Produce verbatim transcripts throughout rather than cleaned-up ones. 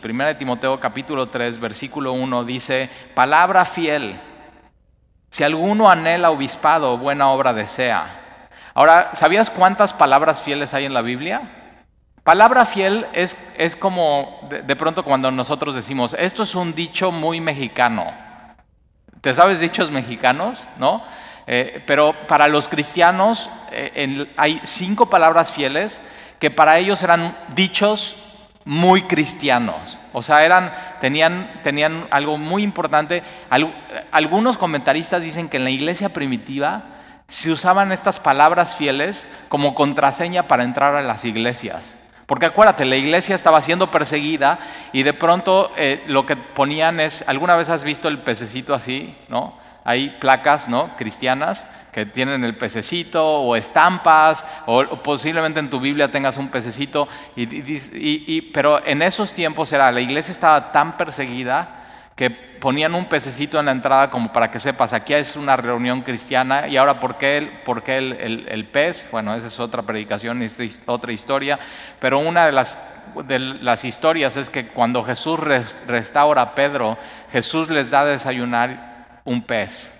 Primera de Timoteo capítulo tres, versículo uno dice, palabra fiel, si alguno anhela obispado o buena obra desea. Ahora, ¿sabías cuántas palabras fieles hay en la Biblia? Palabra fiel es, es como de, de pronto cuando nosotros decimos, esto es un dicho muy mexicano. ¿Te sabes dichos mexicanos? ¿No? Eh, pero para los cristianos eh, en, hay cinco palabras fieles que para ellos eran dichos muy cristianos. O sea, eran, tenían, tenían algo muy importante. Al, algunos comentaristas dicen que en la iglesia primitiva se usaban estas palabras fieles como contraseña para entrar a las iglesias. Porque acuérdate, la iglesia estaba siendo perseguida y de pronto eh, lo que ponían es, ¿alguna vez has visto el pececito así? ¿No? Hay placas, ¿no?, cristianas que tienen el pececito o estampas o, o posiblemente en tu Biblia tengas un pececito. Y, y, y, pero en esos tiempos era, la iglesia estaba tan perseguida que ponían un pececito en la entrada como para que sepas, aquí es una reunión cristiana. Y ahora, ¿por qué el, por qué el, el, el pez? Bueno, esa es otra predicación, es otra historia. Pero una de las, de las historias es que cuando Jesús restaura a Pedro, Jesús les da a desayunar un pez.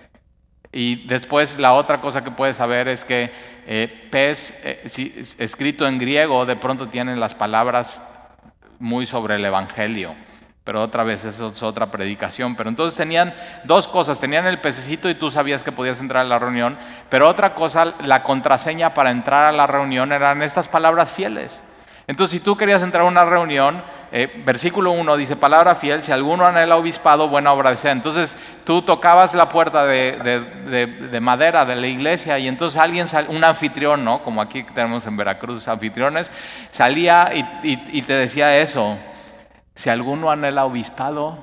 Y después la otra cosa que puedes saber es que eh, pez, eh, si, escrito en griego, de pronto tienen las palabras muy sobre el evangelio. Pero otra vez eso es otra predicación. Pero entonces tenían dos cosas, tenían el pececito y tú sabías que podías entrar a la reunión, pero otra cosa, la contraseña para entrar a la reunión eran estas palabras fieles. Entonces si tú querías entrar a una reunión, eh, versículo uno dice, palabra fiel, si alguno anhela obispado, buena obra desea. Entonces tú tocabas la puerta de, de, de, de madera de la iglesia y entonces alguien, sal, un anfitrión, ¿no?, como aquí tenemos en Veracruz anfitriones, salía y, y, y te decía eso. Si alguno anhela obispado,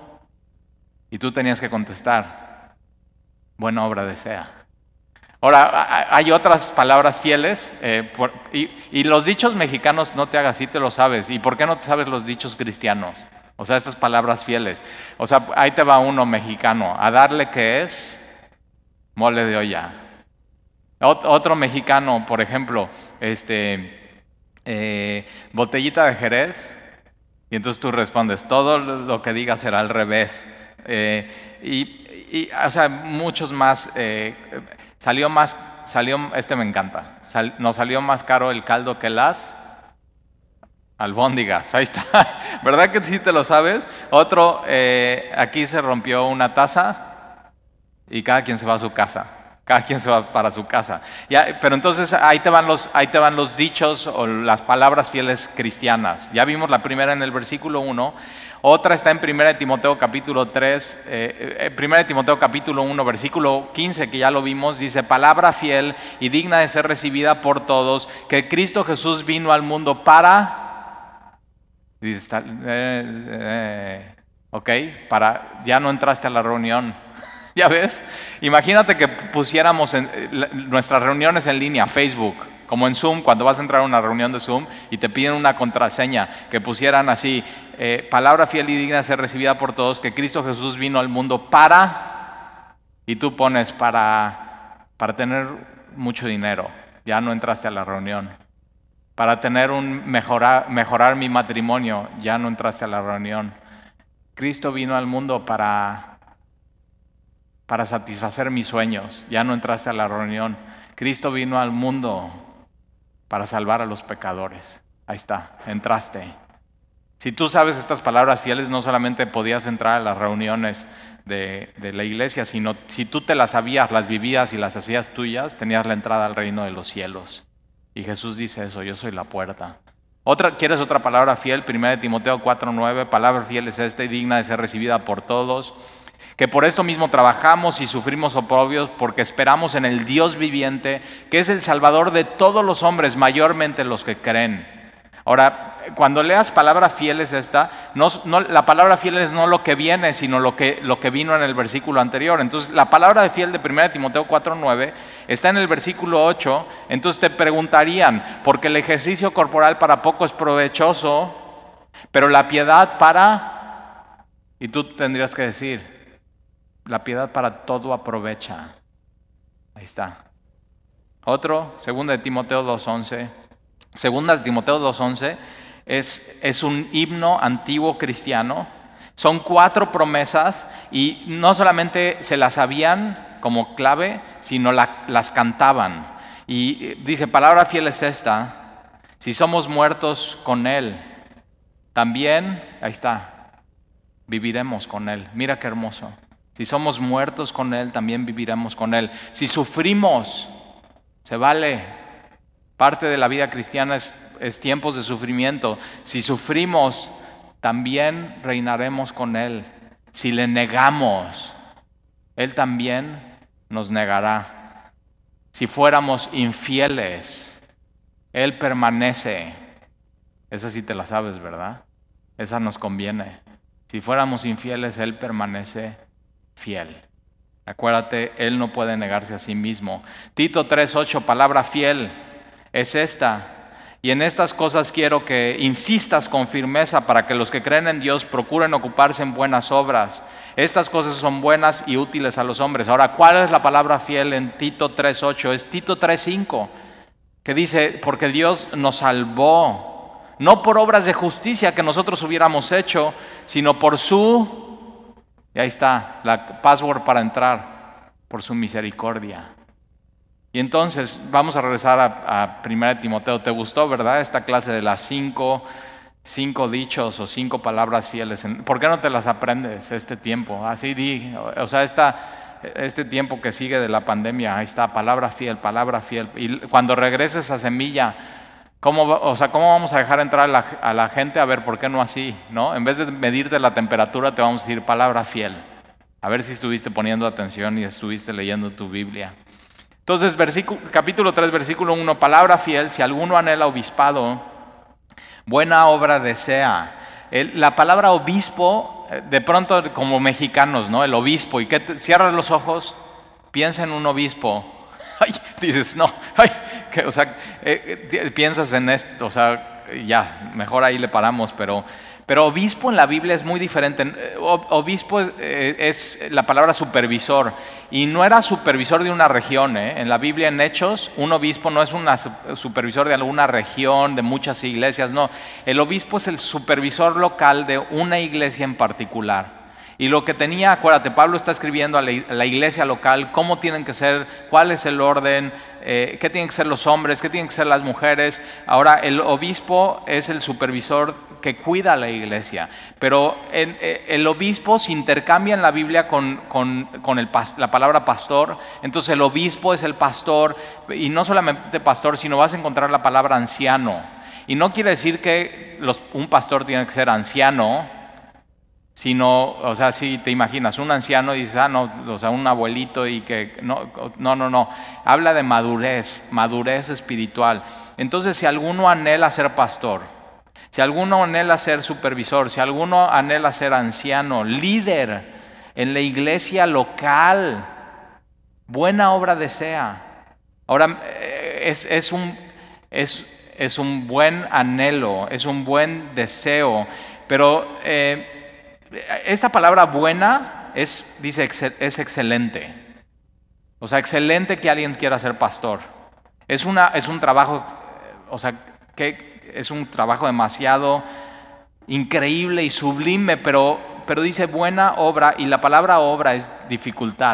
y tú tenías que contestar, buena obra desea. Ahora, hay otras palabras fieles, eh, por, y, y los dichos mexicanos, no te hagas, sí te lo sabes. ¿Y por qué no te sabes los dichos cristianos? O sea, estas palabras fieles. O sea, ahí te va uno mexicano, a darle que es mole de olla. Ot, otro mexicano, por ejemplo, este, eh, botellita de Jerez. Y entonces tú respondes, todo lo que digas será al revés. Eh, y, y, o sea, muchos más. Eh, salió más, salió, este me encanta. Sal, nos salió más caro el caldo que las albóndigas. Ahí está. ¿Verdad que sí te lo sabes? Otro, eh, aquí se rompió una taza y cada quien se va a su casa. Cada quien se va para su casa. Ya, pero entonces ahí te van los, ahí te van los dichos o las palabras fieles cristianas. Ya vimos la primera en el versículo uno. Otra está en Primera de Timoteo capítulo tres. Eh, eh, Primera de Timoteo capítulo uno, versículo quince, que ya lo vimos. Dice, palabra fiel y digna de ser recibida por todos, que Cristo Jesús vino al mundo para... Dice, eh, eh, ok, para... Ya no entraste a la reunión. ¿Ya ves? Imagínate que pusiéramos en, eh, nuestras reuniones en línea, Facebook, como en Zoom, cuando vas a entrar a una reunión de Zoom y te piden una contraseña, que pusieran así, eh, palabra fiel y digna de ser recibida por todos, que Cristo Jesús vino al mundo para, y tú pones para, para tener mucho dinero, ya no entraste a la reunión. Para tener un mejorar, mejorar mi matrimonio, ya no entraste a la reunión. Cristo vino al mundo para... para satisfacer mis sueños, ya no entraste a la reunión. Cristo vino al mundo para salvar a los pecadores. Ahí está, entraste. Si tú sabes estas palabras fieles, no solamente podías entrar a las reuniones de, de la iglesia, sino si tú te las sabías, las vivías y las hacías tuyas, tenías la entrada al reino de los cielos. Y Jesús dice eso, yo soy la puerta. Otra, ¿quieres otra palabra fiel? Primera de Timoteo cuatro nueve, palabra fiel es esta y digna de ser recibida por todos, que por esto mismo trabajamos y sufrimos oprobios, porque esperamos en el Dios viviente, que es el Salvador de todos los hombres, mayormente los que creen. Ahora, cuando leas palabra fiel es esta, no, no, la palabra fiel es no lo que viene, sino lo que, lo que vino en el versículo anterior. Entonces, la palabra de fiel de Primera de Timoteo cuatro nueve está en el versículo ocho. Entonces te preguntarían, porque el ejercicio corporal para poco es provechoso, pero la piedad para... Y tú tendrías que decir... La piedad para todo aprovecha. Ahí está. Otro, segunda de Timoteo dos once. Segunda de Timoteo dos once Es, es un himno antiguo cristiano. Son cuatro promesas y no solamente se las sabían como clave, sino la, las cantaban. Y dice, palabra fiel es esta: si somos muertos con Él, también, ahí está, viviremos con Él. Mira qué hermoso. Si somos muertos con Él, también viviremos con Él. Si sufrimos, se vale. Parte de la vida cristiana es, es tiempos de sufrimiento. Si sufrimos, también reinaremos con Él. Si le negamos, Él también nos negará. Si fuéramos infieles, Él permanece. Esa sí te la sabes, ¿verdad? Esa nos conviene. Si fuéramos infieles, Él permanece fiel. Acuérdate, Él no puede negarse a sí mismo. Tito tres ocho, palabra fiel es esta: y en estas cosas quiero que insistas con firmeza para que los que creen en Dios procuren ocuparse en buenas obras. Estas cosas son buenas y útiles a los hombres. Ahora, ¿cuál es la palabra fiel en Tito tres ocho? Es Tito tres cinco, que dice, porque Dios nos salvó, no por obras de justicia que nosotros hubiéramos hecho, sino por su... Y ahí está, la password para entrar, por su misericordia. Y entonces vamos a regresar a, a primera de Timoteo. ¿Te gustó, verdad? Esta clase de las cinco, cinco dichos o cinco palabras fieles. ¿Por qué no te las aprendes este tiempo? Así di, o sea, esta, este tiempo que sigue de la pandemia, ahí está, palabra fiel, palabra fiel. Y cuando regreses a Semilla, ¿cómo, o sea, ¿cómo vamos a dejar entrar a la, a la gente? A ver, ¿por qué no así? ¿No? En vez de medirte la temperatura, te vamos a decir palabra fiel. A ver si estuviste poniendo atención y estuviste leyendo tu Biblia. Entonces, versículo, capítulo tres, versículo uno, palabra fiel: si alguno anhela obispado, buena obra desea. El, la palabra obispo, de pronto como mexicanos, ¿no? El obispo, y que te, cierras los ojos, piensa en un obispo. Ay, dices, no, ay, que, o sea, eh, piensas en esto, o sea, ya, mejor ahí le paramos, pero... Pero obispo en la Biblia es muy diferente. Obispo es la palabra supervisor, y no era supervisor de una región, ¿eh? En la Biblia, en Hechos, un obispo no es un supervisor de alguna región, de muchas iglesias, no. El obispo es el supervisor local de una iglesia en particular. Y lo que tenía, acuérdate, Pablo está escribiendo a la iglesia local cómo tienen que ser, cuál es el orden, eh, qué tienen que ser los hombres, qué tienen que ser las mujeres. Ahora, el obispo es el supervisor que cuida a la iglesia, pero en, eh, el obispo se intercambia en la Biblia con, con, con el, la palabra pastor. Entonces el obispo es el pastor, y no solamente pastor, sino vas a encontrar la palabra anciano. Y no quiere decir que los, un pastor tiene que ser anciano, sino, o sea, si te imaginas un anciano y dices, ah, no, o sea, un abuelito y que, no, no, no, no, habla de madurez, madurez espiritual. Entonces, si alguno anhela ser pastor, si alguno anhela ser supervisor, si alguno anhela ser anciano, líder en la iglesia local, buena obra desea. Ahora, es, es, un, es, es un buen anhelo, es un buen deseo, pero... Eh, esta palabra buena es, dice, es excelente. O sea, excelente que alguien quiera ser pastor. Es, una, es un trabajo, o sea, que es un trabajo demasiado increíble y sublime, pero, pero dice buena obra, y la palabra obra es dificultad.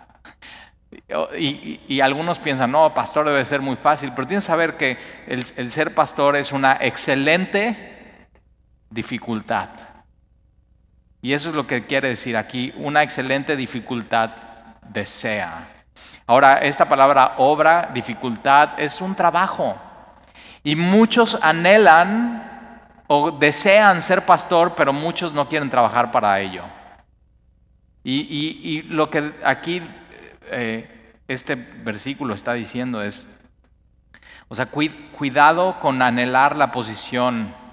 Y, y, y algunos piensan, no, pastor debe ser muy fácil, pero tienes que saber que el, el ser pastor es una excelente dificultad. Y eso es lo que quiere decir aquí, una excelente dificultad desea. Ahora, esta palabra obra, dificultad, es un trabajo. Y muchos anhelan o desean ser pastor, pero muchos no quieren trabajar para ello. Y, y, y lo que aquí eh, este versículo está diciendo es, o sea, cuidado con anhelar la posición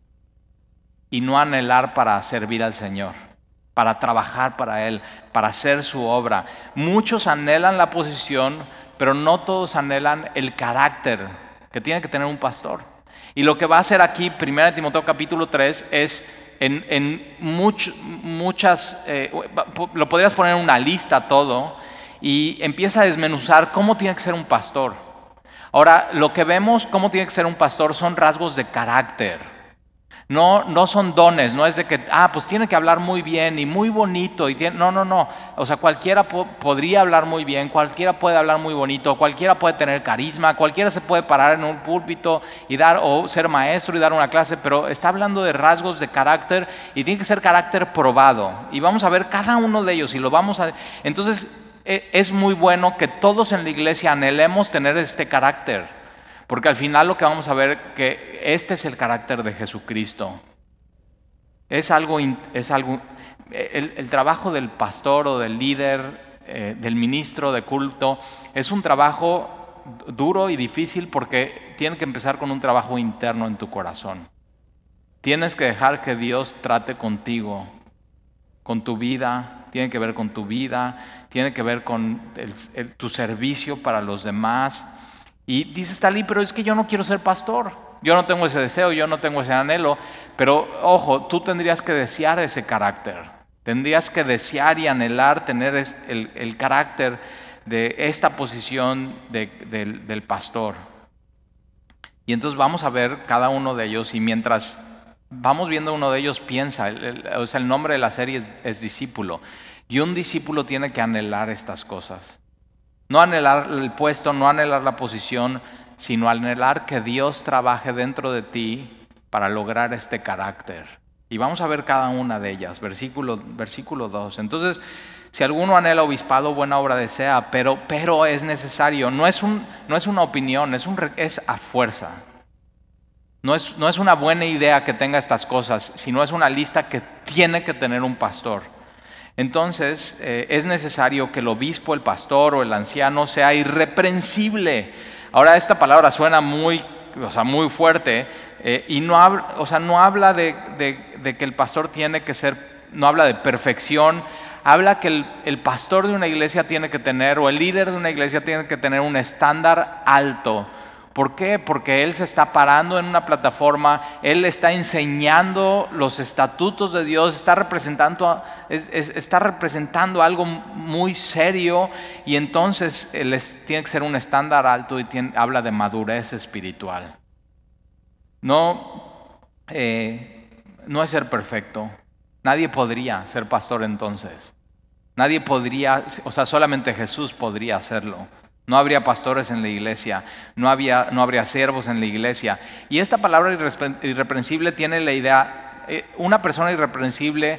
y no anhelar para servir al Señor, para trabajar para Él, para hacer su obra. Muchos anhelan la posición, pero no todos anhelan el carácter que tiene que tener un pastor. Y lo que va a hacer aquí, primera de Timoteo capítulo tres, es en, en much, muchas, eh, lo podrías poner en una lista todo, y empieza a desmenuzar cómo tiene que ser un pastor. Ahora, lo que vemos, cómo tiene que ser un pastor, son rasgos de carácter. No, no son dones, no es de que, ah, pues tiene que hablar muy bien y muy bonito. Y tiene, no, no, no. O sea, cualquiera po- podría hablar muy bien, cualquiera puede hablar muy bonito, cualquiera puede tener carisma, cualquiera se puede parar en un púlpito y dar, o ser maestro y dar una clase, pero está hablando de rasgos de carácter y tiene que ser carácter probado. Y vamos a ver cada uno de ellos y lo vamos a... Entonces, e- es muy bueno que todos en la iglesia anhelemos tener este carácter. Porque al final lo que vamos a ver que este es el carácter de Jesucristo. Es algo, es algo el, el trabajo del pastor o del líder, eh, del ministro de culto, es un trabajo duro y difícil porque tiene que empezar con un trabajo interno en tu corazón. Tienes que dejar que Dios trate contigo, con tu vida, tiene que ver con tu vida, tiene que ver con el, el, tu servicio para los demás. Y dices, Talí, pero es que yo no quiero ser pastor, yo no tengo ese deseo, yo no tengo ese anhelo, pero ojo, tú tendrías que desear ese carácter, tendrías que desear y anhelar tener el, el carácter de esta posición de, de, del pastor. Y entonces vamos a ver cada uno de ellos y mientras vamos viendo uno de ellos piensa, el, el, o sea, el nombre de la serie es, es discípulo, y un discípulo tiene que anhelar estas cosas. No anhelar el puesto, no anhelar la posición, sino anhelar que Dios trabaje dentro de ti para lograr este carácter. Y vamos a ver cada una de ellas, versículo, versículo dos. Entonces, si alguno anhela obispado, buena obra desea, pero, pero es necesario, no es, un, no es una opinión, es, un, es a fuerza. No es, no es una buena idea que tenga estas cosas, sino es una lista que tiene que tener un pastor. Entonces, eh, es necesario que el obispo, el pastor o el anciano sea irreprensible. Ahora, esta palabra suena muy, o sea, muy fuerte eh, y no habla, o sea, no habla de, de, de que el pastor tiene que ser, no habla de perfección, habla que el, el pastor de una iglesia tiene que tener, o el líder de una iglesia tiene que tener un estándar alto. ¿Por qué? Porque él se está parando en una plataforma, él está enseñando los estatutos de Dios, está representando, es, es, está representando algo muy serio y entonces él es, tiene que ser un estándar alto y tiene, habla de madurez espiritual. No, eh, no es ser perfecto, nadie podría ser pastor entonces, nadie podría, o sea, solamente Jesús podría hacerlo. No habría pastores en la iglesia, no, había, no habría siervos en la iglesia. Y esta palabra irreprensible tiene la idea, eh, una persona irreprensible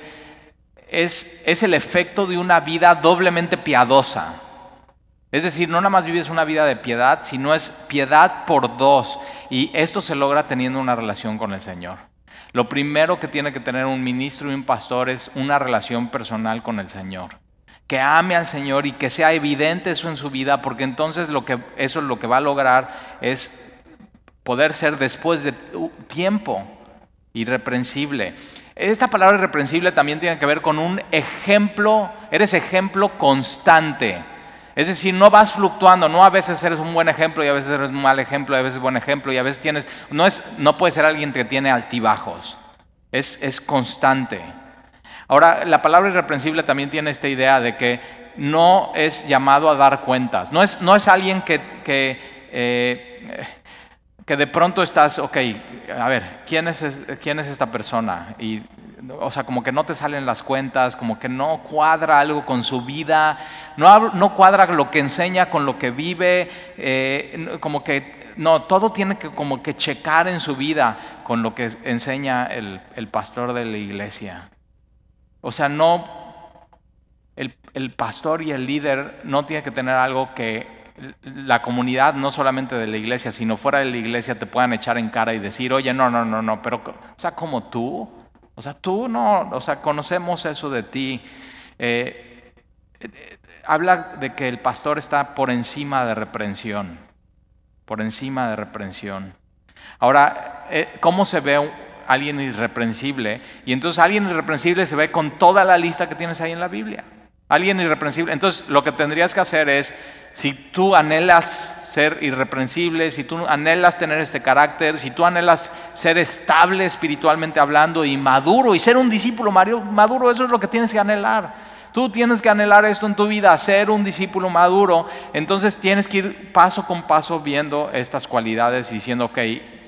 es, es el efecto de una vida doblemente piadosa. Es decir, no nada más vives una vida de piedad, sino es piedad por dos. Y esto se logra teniendo una relación con el Señor. Lo primero que tiene que tener un ministro y un pastor es una relación personal con el Señor. Que ame al Señor y que sea evidente eso en su vida, porque entonces lo que, eso lo que va a lograr es poder ser después de tiempo irreprensible. Esta palabra irreprensible también tiene que ver con un ejemplo, eres ejemplo constante. Es decir, no vas fluctuando, no a veces eres un buen ejemplo y a veces eres un mal ejemplo y a veces buen ejemplo y a veces tienes, no, es, no puede ser alguien que tiene altibajos, es, es constante. Ahora, la palabra irreprensible también tiene esta idea de que no es llamado a dar cuentas. No es, no es alguien que, que, eh, que de pronto estás, ok, a ver, ¿quién es, quién es esta persona? Y, o sea, como que no te salen las cuentas, como que no cuadra algo con su vida, no, no cuadra lo que enseña con lo que vive, eh, como que no, todo tiene que como que checar en su vida con lo que enseña el, el pastor de la iglesia. O sea, no, el, el pastor y el líder no tiene que tener algo que la comunidad, no solamente de la iglesia, sino fuera de la iglesia, te puedan echar en cara y decir, oye, no, no, no, no, pero, o sea, como tú, o sea, tú no, o sea, conocemos eso de ti. Eh, eh, habla de que el pastor está por encima de reprensión, por encima de reprensión. Ahora, eh, ¿cómo se ve un alguien irreprensible? Y entonces alguien irreprensible se ve con toda la lista que tienes ahí en la Biblia. Alguien irreprensible. Entonces lo que tendrías que hacer es, si tú anhelas ser irreprensible, si tú anhelas tener este carácter, si tú anhelas ser estable espiritualmente hablando y maduro y ser un discípulo maduro, eso es lo que tienes que anhelar. Tú tienes que anhelar esto en tu vida, ser un discípulo maduro. Entonces tienes que ir paso con paso viendo estas cualidades y diciendo, ok,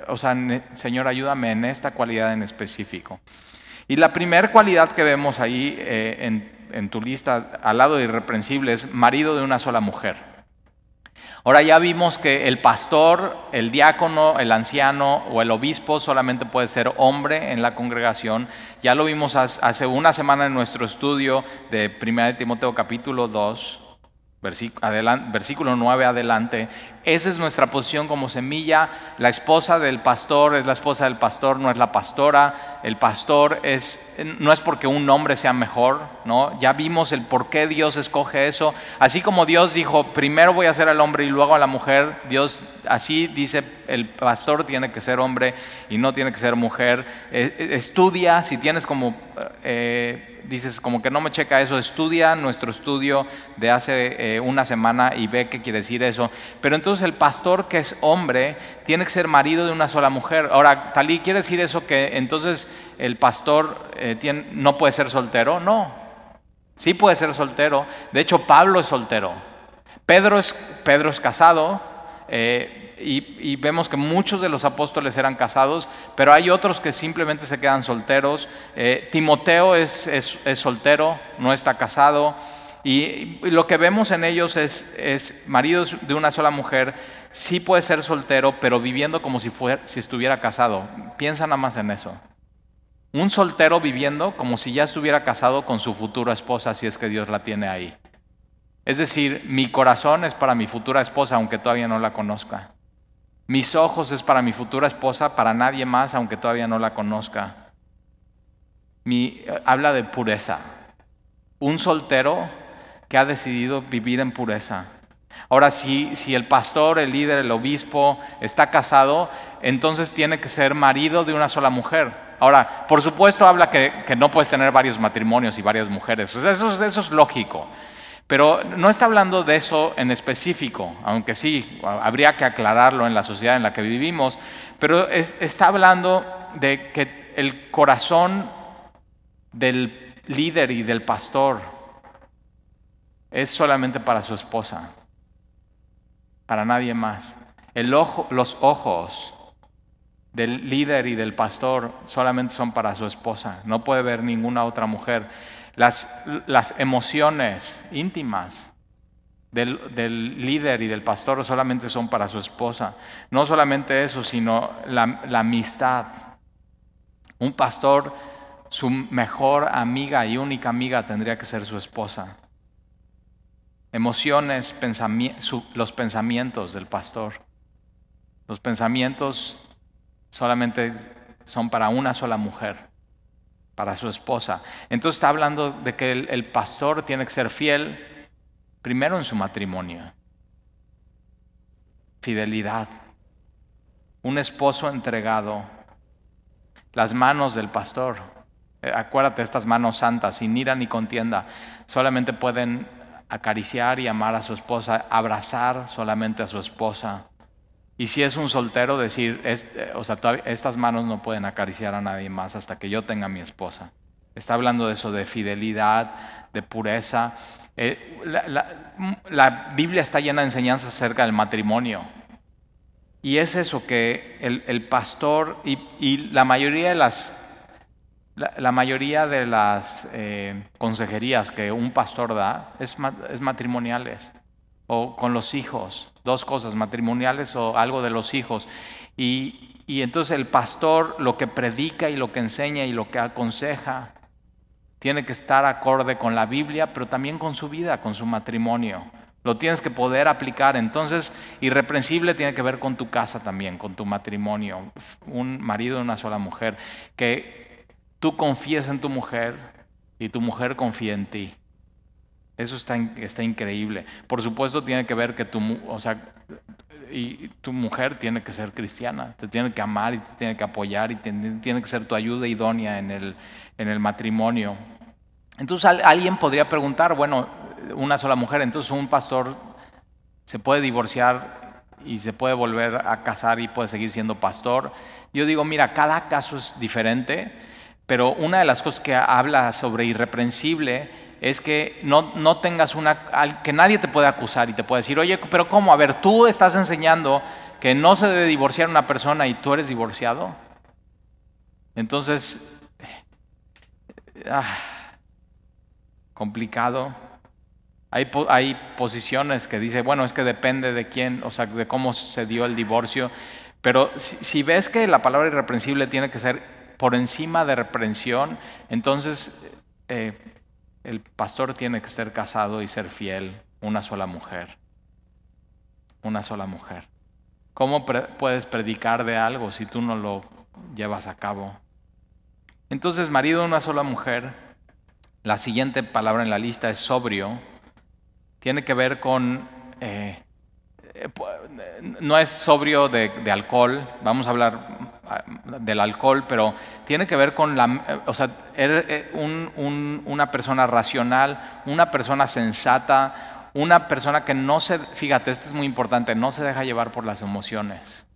o sea, Señor, ayúdame en esta cualidad en específico. Y la primera cualidad que vemos ahí eh, en, en tu lista, al lado de irreprensible, es marido de una sola mujer. Ahora ya vimos que el pastor, el diácono, el anciano o el obispo solamente puede ser hombre en la congregación. Ya lo vimos hace una semana en nuestro estudio de primera de Timoteo capítulo dos, versículo nueve adelante. Esa es nuestra posición como semilla. La esposa del pastor es la esposa del pastor, no es la pastora. El pastor es, no es porque un hombre sea mejor, ¿no? Ya vimos el por qué Dios escoge eso. Así como Dios dijo, primero voy a hacer al hombre y luego a la mujer, Dios así dice, el pastor tiene que ser hombre y no tiene que ser mujer. Eh, estudia, si tienes como... Eh, dices como que no me checa eso, estudia nuestro estudio de hace eh, una semana y ve qué quiere decir eso. Pero entonces el pastor que es hombre tiene que ser marido de una sola mujer. Ahora, Talí, ¿quiere decir eso que entonces el pastor eh, tiene, no puede ser soltero? No, sí puede ser soltero. De hecho, Pablo es soltero. Pedro es, Pedro es casado. Eh, Y, y vemos que muchos de los apóstoles eran casados, pero hay otros que simplemente se quedan solteros. Eh, Timoteo es, es, es soltero, no está casado, y, y lo que vemos en ellos es, es maridos de una sola mujer. Sí puede ser soltero, pero viviendo como si, fuera, si estuviera casado. Piensa nada más en eso. Un soltero viviendo como si ya estuviera casado con su futura esposa, si es que Dios la tiene ahí. Es decir, mi corazón es para mi futura esposa, aunque todavía no la conozca. Mis ojos es para mi futura esposa, para nadie más, aunque todavía no la conozca. Mi, habla de pureza. Un soltero que ha decidido vivir en pureza. Ahora, si, si el pastor, el líder, el obispo está casado, entonces tiene que ser marido de una sola mujer. Ahora, por supuesto habla que, que no puedes tener varios matrimonios y varias mujeres. Eso, eso es lógico. Pero no está hablando de eso en específico, aunque sí, habría que aclararlo en la sociedad en la que vivimos, pero es, está hablando de que el corazón del líder y del pastor es solamente para su esposa, para nadie más. El ojo, los ojos del líder y del pastor solamente son para su esposa, no puede ver ninguna otra mujer. Las, las emociones íntimas del, del líder y del pastor solamente son para su esposa. No solamente eso, sino la, la amistad. Un pastor, su mejor amiga y única amiga tendría que ser su esposa. Emociones, pensami- su, los pensamientos del pastor. Los pensamientos solamente son para una sola mujer, para su esposa. Entonces está hablando de que el, el pastor tiene que ser fiel primero en su matrimonio. Fidelidad. Un esposo entregado. Las manos del pastor. Eh, acuérdate, estas manos santas, sin ira ni contienda, solamente pueden acariciar y amar a su esposa, abrazar solamente a su esposa. Y si es un soltero, decir, es, o sea, estas manos no pueden acariciar a nadie más hasta que yo tenga a mi esposa. Está hablando de eso, de fidelidad, de pureza. Eh, la, la, la Biblia está llena de enseñanzas acerca del matrimonio. Y es eso que el, el pastor y, y la mayoría de las, la, la mayoría de las eh, consejerías que un pastor da es, es matrimoniales. O con los hijos, dos cosas, matrimoniales o algo de los hijos. Y, y entonces el pastor lo que predica y lo que enseña y lo que aconseja tiene que estar acorde con la Biblia, pero también con su vida, con su matrimonio. Lo tienes que poder aplicar. Entonces, irreprensible tiene que ver con tu casa también, con tu matrimonio. Un marido y una sola mujer. Que tú confíes en tu mujer y tu mujer confía en ti. Eso está, está increíble. Por supuesto tiene que ver que tu, o sea, y tu mujer tiene que ser cristiana, te tiene que amar y te tiene que apoyar y tiene, tiene que ser tu ayuda idónea en el, en el matrimonio. Entonces alguien podría preguntar, bueno, una sola mujer, entonces un pastor se puede divorciar y se puede volver a casar y puede seguir siendo pastor. Yo digo, mira, cada caso es diferente, pero una de las cosas que habla sobre irreprensible es que no, no tengas una, que nadie te pueda acusar y te pueda decir, oye, pero ¿cómo? A ver, tú estás enseñando que no se debe divorciar una persona y tú eres divorciado. Entonces, ah, complicado. Hay, hay posiciones que dicen, bueno, es que depende de quién, o sea, de cómo se dio el divorcio. Pero si, si ves que la palabra irreprensible tiene que ser por encima de reprensión, entonces eh, el pastor tiene que estar casado y ser fiel, una sola mujer. Una sola mujer. ¿Cómo pre- puedes predicar de algo si tú no lo llevas a cabo? Entonces, marido de una sola mujer. La siguiente palabra en la lista es sobrio. Tiene que ver con, eh, eh, no es sobrio de, de alcohol, vamos a hablar del alcohol, pero tiene que ver con la, o sea, un, un, una persona racional, una persona sensata, una persona que no se, fíjate, esto es muy importante, no se deja llevar por las emociones.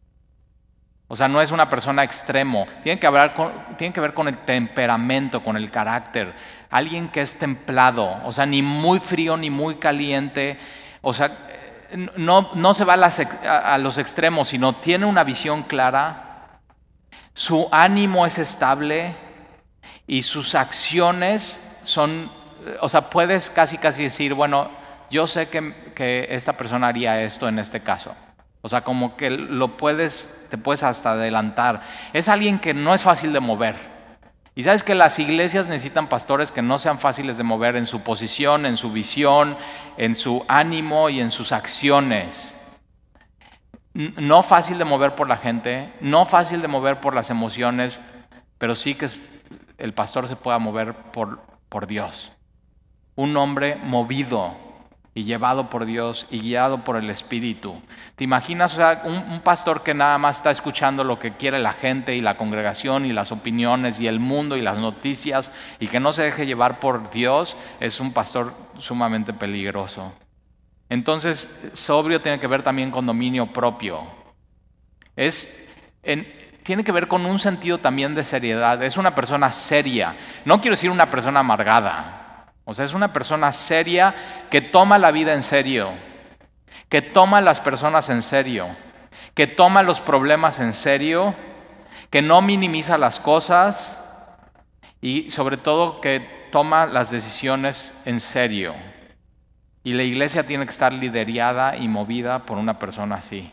O sea, no es una persona extremo, tiene que, hablar con, tiene que ver con el temperamento, con el carácter. Alguien que es templado, o sea, ni muy frío ni muy caliente, o sea, no, no se va a, las, a, a los extremos, sino tiene una visión clara, su ánimo es estable y sus acciones son, o sea, puedes casi casi decir, bueno, yo sé que, que esta persona haría esto en este caso. O sea, como que lo puedes, te puedes hasta adelantar. Es alguien que no es fácil de mover. Y sabes que las iglesias necesitan pastores que no sean fáciles de mover en su posición, en su visión, en su ánimo y en sus acciones. No fácil de mover por la gente, no fácil de mover por las emociones, pero sí que el pastor se pueda mover por, por Dios. Un hombre movido y llevado por Dios y guiado por el Espíritu. ¿Te imaginas, o sea, un, un pastor que nada más está escuchando lo que quiere la gente y la congregación y las opiniones y el mundo y las noticias y que no se deje llevar por Dios? Es un pastor sumamente peligroso. Entonces, sobrio tiene que ver también con dominio propio. Es, en, tiene que ver con un sentido también de seriedad. Es una persona seria. No quiero decir una persona amargada. O sea, es una persona seria que toma la vida en serio, que toma a las personas en serio, que toma los problemas en serio, que no minimiza las cosas y sobre todo que toma las decisiones en serio. Y la iglesia tiene que estar liderada y movida por una persona así.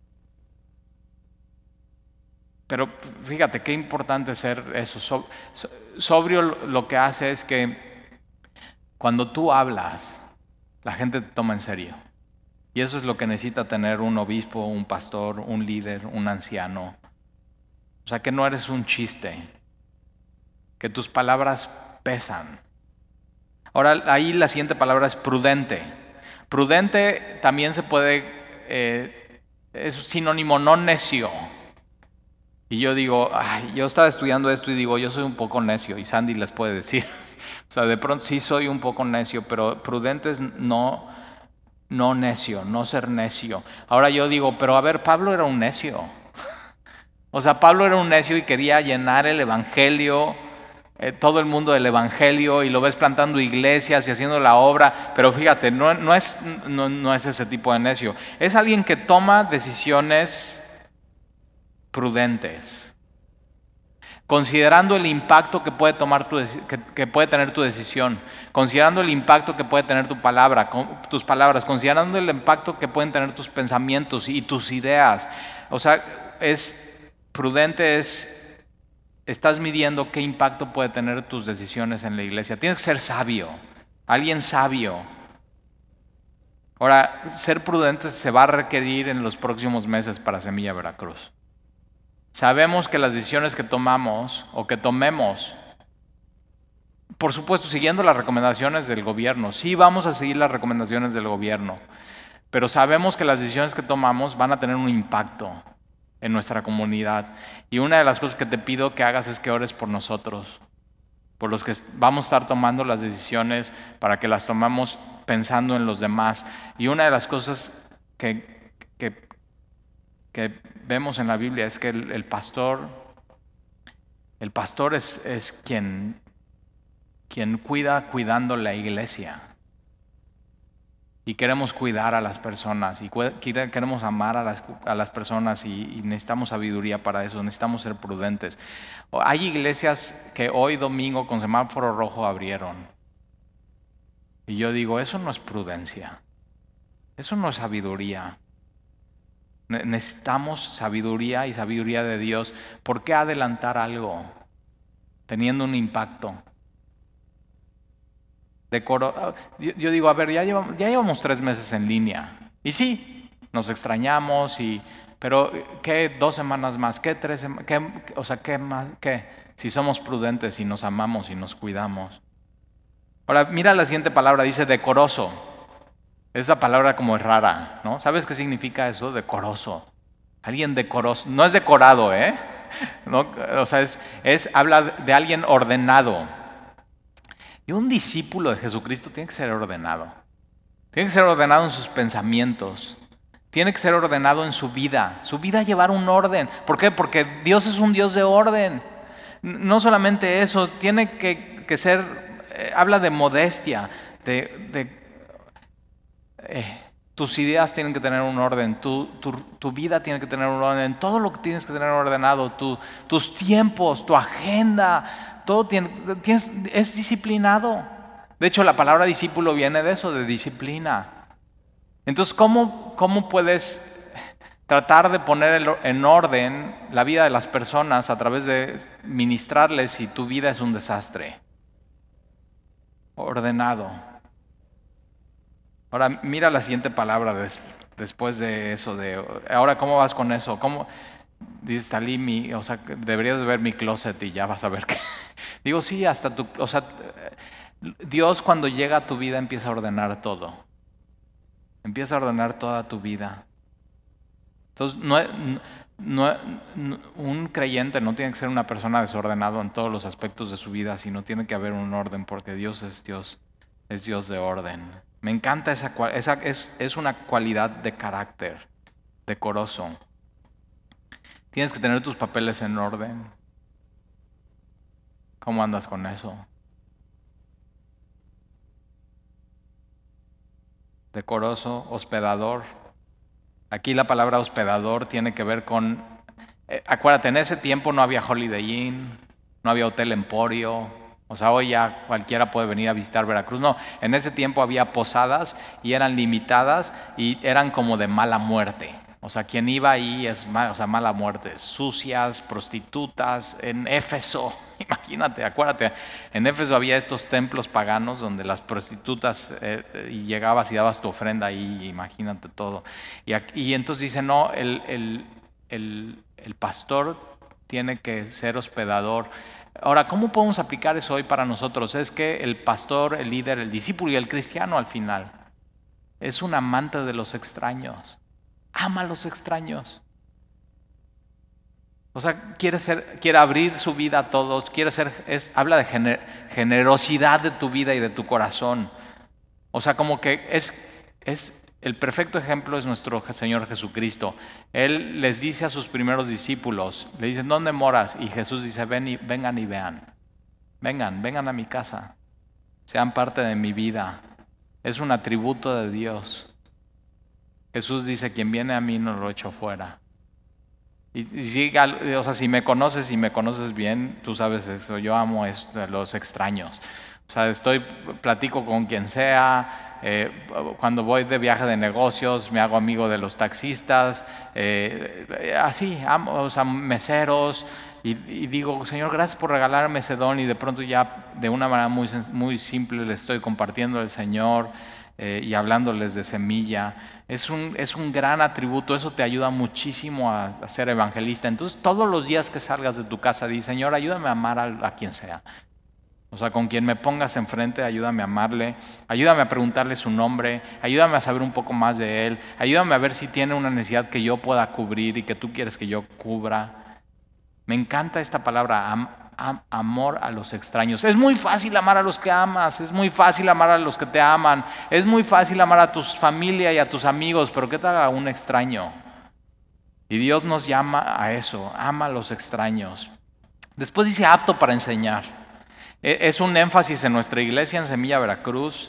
Pero fíjate qué importante ser eso. Sobrio lo que hace es que cuando tú hablas, la gente te toma en serio. Y eso es lo que necesita tener un obispo, un pastor, un líder, un anciano. O sea, que no eres un chiste, que tus palabras pesan. Ahora, ahí la siguiente palabra es prudente. Prudente también se puede, eh, es sinónimo no necio. Y yo digo, ay, yo estaba estudiando esto y digo, yo soy un poco necio, y Sandy les puede decir. O sea, de pronto sí soy un poco necio, pero prudente es no, no necio, no ser necio. Ahora yo digo, pero a ver, Pablo era un necio. O sea, Pablo era un necio y quería llenar el evangelio, eh, todo el mundo del evangelio, y lo ves plantando iglesias y haciendo la obra, pero fíjate, no, no, es, no, no es ese tipo de necio. Es alguien que toma decisiones prudentes, considerando el impacto que puede, tomar tu, que, que puede tener tu decisión, considerando el impacto que puede tener tu palabra, tus palabras, considerando el impacto que pueden tener tus pensamientos y tus ideas. O sea, es prudente, es, estás midiendo qué impacto puede tener tus decisiones en la iglesia. Tienes que ser sabio, alguien sabio. Ahora, ser prudente se va a requerir en los próximos meses para Semilla Veracruz. Sabemos que las decisiones que tomamos o que tomemos, por supuesto, siguiendo las recomendaciones del gobierno, sí vamos a seguir las recomendaciones del gobierno, pero sabemos que las decisiones que tomamos van a tener un impacto en nuestra comunidad. Y una de las cosas que te pido que hagas es que ores por nosotros, por los que vamos a estar tomando las decisiones, para que las tomamos pensando en los demás. Y una de las cosas que, que, que vemos en la Biblia es que el, el pastor, el pastor es, es quien, quien cuida cuidando la iglesia. y queremos cuidar a las personas y queremos amar a las, a las personas y, y necesitamos sabiduría para eso, necesitamos ser prudentes. Hay iglesias que hoy domingo con semáforo rojo abrieron y yo digo, eso no es prudencia, eso no es sabiduría. Necesitamos sabiduría y sabiduría de Dios. ¿Por qué adelantar algo teniendo un impacto? Decoro, yo, yo digo, a ver, ya llevamos, ya llevamos tres meses en línea. Y sí, nos extrañamos, y, pero ¿qué dos semanas más? ¿Qué tres semanas? ¿Qué, o sea, ¿qué más? ¿Qué? Si somos prudentes y nos amamos y nos cuidamos. Ahora, mira la siguiente palabra, dice decoroso. Esa palabra como es rara, ¿no? ¿Sabes qué significa eso? Decoroso. Alguien decoroso. No es decorado, ¿eh? No, o sea, es, es, habla de alguien ordenado. Y un discípulo de Jesucristo tiene que ser ordenado. Tiene que ser ordenado en sus pensamientos. Tiene que ser ordenado en su vida. Su vida llevar un orden. ¿Por qué? Porque Dios es un Dios de orden. No solamente eso, tiene que, que ser, eh, habla de modestia, de... de Eh, tus ideas tienen que tener un orden, tu, tu, tu vida tiene que tener un orden, todo lo que tienes que tener ordenado, tu, tus tiempos, tu agenda, todo tiene, tienes, es disciplinado. De hecho, la palabra discípulo viene de eso, de disciplina. Entonces, ¿cómo, cómo puedes tratar de poner en orden la vida de las personas a través de ministrarles si tu vida es un desastre? Ordenado. Ahora mira la siguiente palabra des, después de eso, de ahora ¿cómo vas con eso? ¿Cómo? Dices, Talí, mi, o sea, deberías de ver mi closet y ya vas a ver que... Digo, sí, hasta tu... O sea, Dios cuando llega a tu vida empieza a ordenar todo. Empieza a ordenar toda tu vida. Entonces, no, no, no, un creyente no tiene que ser una persona desordenada en todos los aspectos de su vida, sino tiene que haber un orden, porque Dios es Dios, es Dios de orden. Me encanta esa, esa es, es una cualidad de carácter, decoroso. Tienes que tener tus papeles en orden. ¿Cómo andas con eso? Decoroso, hospedador. Aquí la palabra hospedador tiene que ver con, eh, acuérdate, en ese tiempo no había Holiday Inn, no había Hotel Emporio. O sea, hoy ya cualquiera puede venir a visitar Veracruz. No, en ese tiempo había posadas y eran limitadas y eran como de mala muerte. O sea, quien iba ahí es mal, o sea, mala muerte. Sucias, prostitutas, en Éfeso. Imagínate, acuérdate, en Éfeso había estos templos paganos donde las prostitutas, eh, y llegabas y dabas tu ofrenda ahí, imagínate todo. Y, aquí, y entonces dice, no, el, el, el, el pastor tiene que ser hospedador. Ahora, ¿cómo podemos aplicar eso hoy para nosotros? Es que el pastor, el líder, el discípulo y el cristiano al final es un amante de los extraños. Ama a los extraños. O sea, quiere ser, quiere abrir su vida a todos, quiere ser, es, habla de gener, generosidad de tu vida y de tu corazón. O sea, como que es, es el perfecto ejemplo es nuestro Señor Jesucristo. Él les dice a sus primeros discípulos, le dicen, ¿dónde moras? Y Jesús dice, Ven y, vengan y vean. Vengan, vengan a mi casa. Sean parte de mi vida. Es un atributo de Dios. Jesús dice, quien viene a mí no lo echo fuera. Y, y si, o sea, si me conoces y me conoces bien, tú sabes eso. Yo amo esto, los extraños. O sea, estoy, platico con quien sea. Eh, cuando voy de viaje de negocios, me hago amigo de los taxistas, eh, así, amo, o sea, meseros. Y, y digo, Señor, gracias por regalarme ese don. Y de pronto ya de una manera muy, muy simple les estoy compartiendo el Señor. Eh, y hablándoles de semilla, es un, es un gran atributo, eso te ayuda muchísimo a, a ser evangelista. Entonces todos los días que salgas de tu casa, di, Señor, ayúdame a amar a, a quien sea. O sea, con quien me pongas enfrente, ayúdame a amarle, ayúdame a preguntarle su nombre, ayúdame a saber un poco más de él, ayúdame a ver si tiene una necesidad que yo pueda cubrir y que tú quieres que yo cubra. Me encanta esta palabra, am, am, amor a los extraños. Es muy fácil amar a los que amas, es muy fácil amar a los que te aman, es muy fácil amar a tu familia y a tus amigos, pero ¿qué tal a un extraño? Y Dios nos llama a eso, ama a los extraños. Después dice apto para enseñar. Es un énfasis en nuestra iglesia en Semilla Veracruz.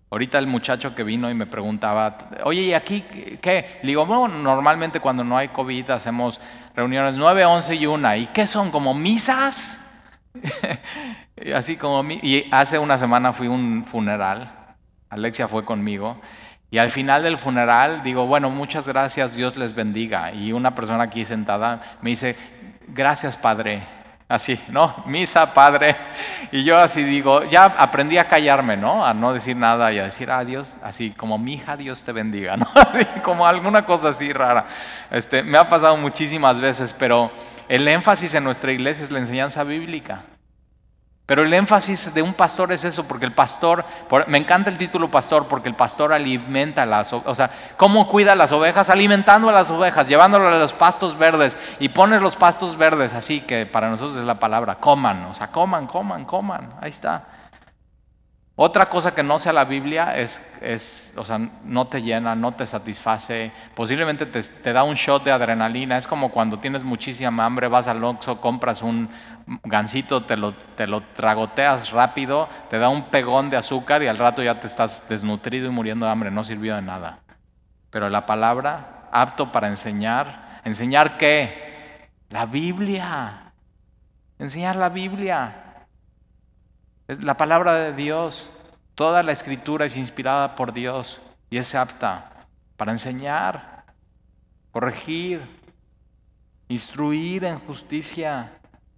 Ahorita el muchacho que vino y me preguntaba, oye, ¿y aquí qué? Le digo, bueno, normalmente cuando no hay COVID hacemos reuniones nueve, once y una. ¿Y qué son? ¿Como misas? Así como mi... Y hace una semana fui a un funeral, Alexia fue conmigo, y al final del funeral digo, bueno, muchas gracias, Dios les bendiga. Y una persona aquí sentada me dice, gracias, padre. Así, ¿no? Misa, padre. Y yo así digo, ya aprendí a callarme, ¿no? A no decir nada y a decir, ah, Dios, así como mi hija, Dios te bendiga, ¿no? Así como alguna cosa así rara. Este, me ha pasado muchísimas veces, pero el énfasis en nuestra iglesia es la enseñanza bíblica. Pero el énfasis de un pastor es eso, porque el pastor, por, me encanta el título pastor, porque el pastor alimenta las ovejas, o sea, ¿cómo cuida las ovejas? Alimentando a las ovejas, llevándolas a los pastos verdes, y pones los pastos verdes, así que para nosotros es la palabra, coman, o sea, coman, coman, coman, ahí está. Otra cosa que no sea la Biblia es, es, o sea, no te llena, no te satisface, posiblemente te, te da un shot de adrenalina. Es como cuando tienes muchísima hambre, vas al Oxxo, compras un gansito, te lo, te lo tragoteas rápido, te da un pegón de azúcar y al rato ya te estás desnutrido y muriendo de hambre, no sirvió de nada. Pero la palabra, apto para enseñar, ¿enseñar qué? La Biblia, enseñar la Biblia. Es la palabra de Dios, toda la escritura es inspirada por Dios y es apta para enseñar, corregir, instruir en justicia,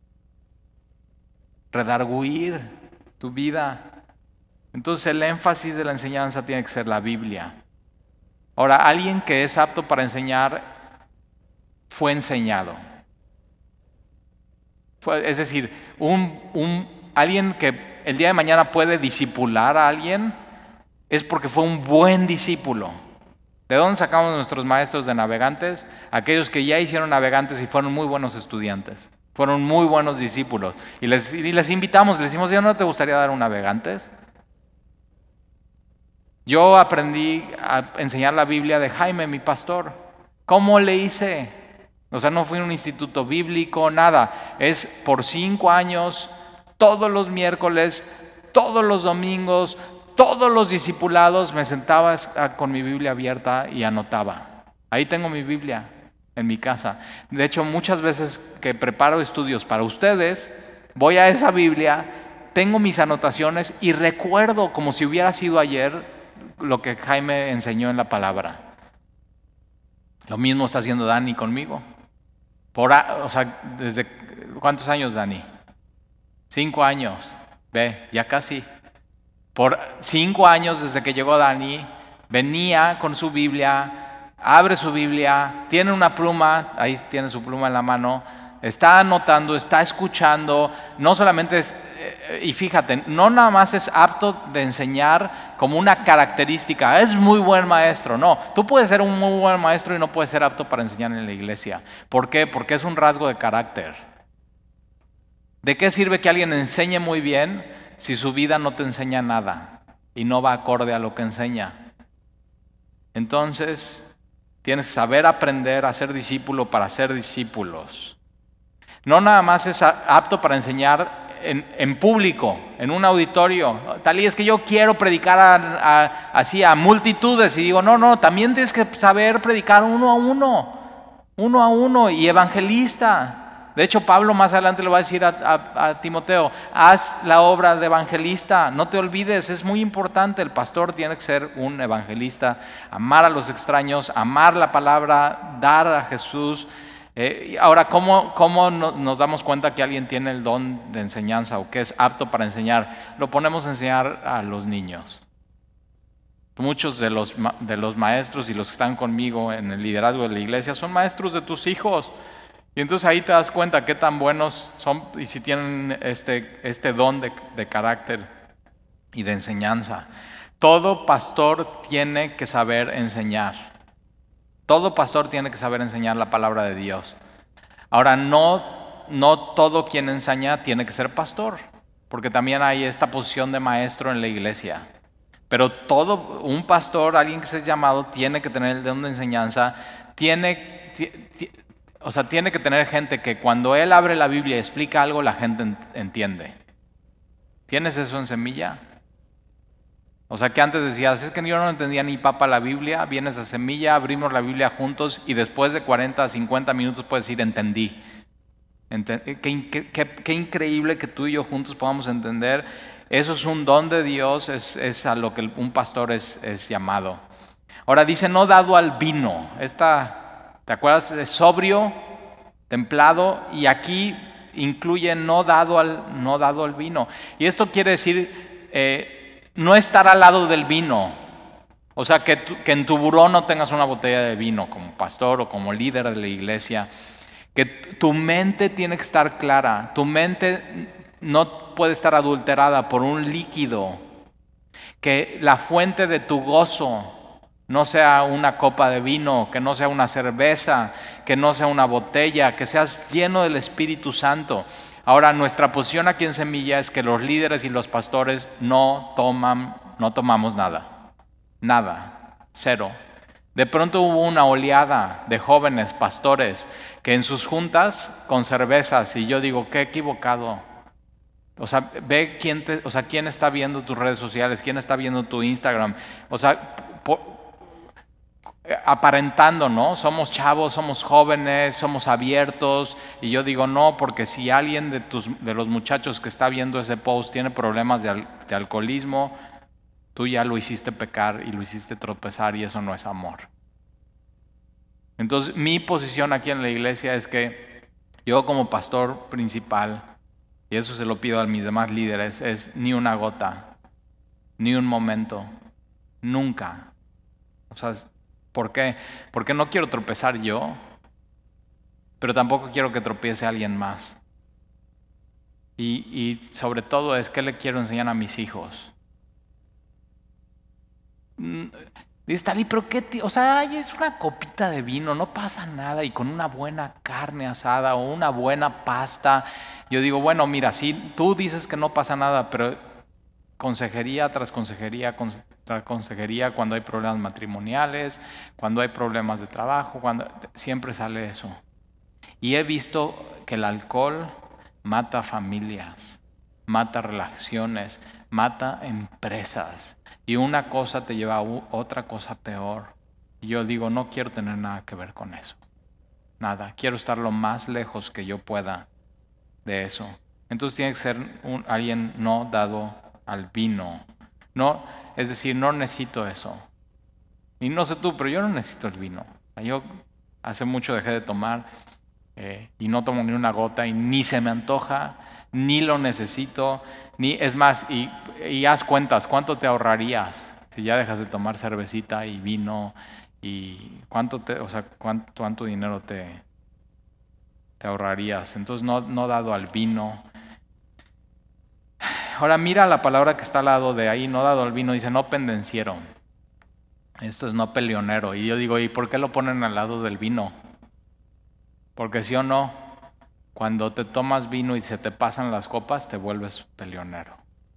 redarguir tu vida. Entonces el énfasis de la enseñanza tiene que ser la Biblia. Ahora, alguien que es apto para enseñar fue enseñado. Fue, es decir, un, un, alguien que el día de mañana puede discipular a alguien, es porque fue un buen discípulo. ¿De dónde sacamos nuestros maestros de navegantes? Aquellos que ya hicieron navegantes y fueron muy buenos estudiantes, fueron muy buenos discípulos. Y les, y les invitamos, les decimos, ¿ya no te gustaría dar un navegantes? Yo aprendí a enseñar la Biblia de Jaime, mi pastor. ¿Cómo le hice? O sea, no fui a un instituto bíblico, nada. Es por cinco años... Todos los miércoles, todos los domingos, todos los discipulados me sentaba con mi Biblia abierta y anotaba. Ahí tengo mi Biblia en mi casa. De hecho, muchas veces que preparo estudios para ustedes, voy a esa Biblia, tengo mis anotaciones y recuerdo como si hubiera sido ayer lo que Jaime enseñó en la palabra. Lo mismo está haciendo Dani conmigo. Por, o sea, ¿desde cuántos años, Dani? Cinco años, ve, ya casi. Por cinco años desde que llegó Dani, venía con su Biblia, abre su Biblia, tiene una pluma, ahí tiene su pluma en la mano, está anotando, está escuchando, no solamente es, y fíjate, no nada más es apto de enseñar como una característica, es muy buen maestro, no, tú puedes ser un muy buen maestro y no puedes ser apto para enseñar en la iglesia. ¿Por qué? Porque es un rasgo de carácter. ¿De qué sirve que alguien enseñe muy bien si su vida no te enseña nada y no va acorde a lo que enseña? Entonces, tienes que saber aprender a ser discípulo para ser discípulos. No nada más es apto para enseñar en, en público, en un auditorio. Tal y es que yo quiero predicar a, a, así a multitudes y digo, no, no, también tienes que saber predicar uno a uno, uno a uno y evangelista. De hecho, Pablo más adelante le va a decir a, a, a Timoteo, haz la obra de evangelista, no te olvides, es muy importante, el pastor tiene que ser un evangelista, amar a los extraños, amar la palabra, dar a Jesús. Eh, ahora, ¿cómo, cómo no, nos damos cuenta que alguien tiene el don de enseñanza o que es apto para enseñar? Lo ponemos a enseñar a los niños. Muchos de los, de los maestros y los que están conmigo en el liderazgo de la iglesia son maestros de tus hijos. Y entonces ahí te das cuenta qué tan buenos son y si tienen este, este don de, de carácter y de enseñanza. Todo pastor tiene que saber enseñar. Todo pastor tiene que saber enseñar la palabra de Dios. Ahora, no, no todo quien enseña tiene que ser pastor, porque también hay esta posición de maestro en la iglesia. Pero todo, un pastor, alguien que sea llamado, tiene que tener el don de enseñanza, tiene... T- O sea, tiene que tener gente que cuando él abre la Biblia y explica algo, la gente entiende. ¿Tienes eso en Semilla? O sea, que antes decías, es que yo no entendía ni papa la Biblia, vienes a Semilla, abrimos la Biblia juntos y después de cuarenta, cincuenta minutos puedes decir, entendí. Enten- qué, qué- qué- qué increíble que tú y yo juntos podamos entender. Eso es un don de Dios, es, es a lo que un pastor es, es llamado. Ahora dice, no dado al vino. Esta, ¿te acuerdas? Es sobrio, templado, y aquí incluye no dado al, no dado al vino. Y esto quiere decir eh, no estar al lado del vino. O sea, que, tu, que en tu buró no tengas una botella de vino como pastor o como líder de la iglesia. Que tu mente tiene que estar clara. Tu mente no puede estar adulterada por un líquido. Que la fuente de tu gozo no sea una copa de vino, que no sea una cerveza, que no sea una botella, que seas lleno del Espíritu Santo. Ahora, nuestra posición aquí en Semilla es que los líderes y los pastores no toman, no tomamos nada, nada, cero. De pronto hubo una oleada de jóvenes pastores que en sus juntas con cervezas, y yo digo, qué equivocado. O sea, ve quién, te, o sea, quién está viendo tus redes sociales, quién está viendo tu Instagram. O sea, po, aparentando, ¿no? Somos chavos, somos jóvenes, somos abiertos. Y yo digo, no, porque si alguien de, tus, de los muchachos que está viendo ese post tiene problemas de, al, de alcoholismo, tú ya lo hiciste pecar y lo hiciste tropezar y eso no es amor. Entonces, mi posición aquí en la iglesia es que yo como pastor principal, y eso se lo pido a mis demás líderes, es ni una gota, ni un momento, nunca. O sea, ¿por qué? Porque no quiero tropezar yo, pero tampoco quiero que tropiece alguien más. Y, y sobre todo es qué le quiero enseñar a mis hijos. Dice Tali, pero qué, tío? O sea, ay, es una copita de vino, no pasa nada, y con una buena carne asada o una buena pasta. Yo digo, bueno, mira, sí, tú dices que no pasa nada, pero consejería tras consejería tras consejería, cuando hay problemas matrimoniales, cuando hay problemas de trabajo, cuando siempre sale eso. Y he visto que el alcohol mata familias, mata relaciones, mata empresas. Y una cosa te lleva a otra cosa peor. Y yo digo, no quiero tener nada que ver con eso. Nada. Quiero estar lo más lejos que yo pueda de eso. Entonces tiene que ser un, alguien no dado al vino. No, es decir, no necesito eso. Y no sé tú, pero yo no necesito el vino. Yo hace mucho dejé de tomar eh, y no tomo ni una gota y ni se me antoja, ni lo necesito. Ni, es más, y, y haz cuentas, ¿cuánto te ahorrarías si ya dejas de tomar cervecita y vino? Y cuánto te, o sea, cuánto, cuánto dinero te, te ahorrarías. Entonces no, no dado al vino. Ahora mira la palabra que está al lado de ahí, no dado al vino, dice no pendenciero. Esto es no peleonero. Y yo digo, ¿y por qué lo ponen al lado del vino? Porque sí o no, cuando te tomas vino y se te pasan las copas, te vuelves peleonero.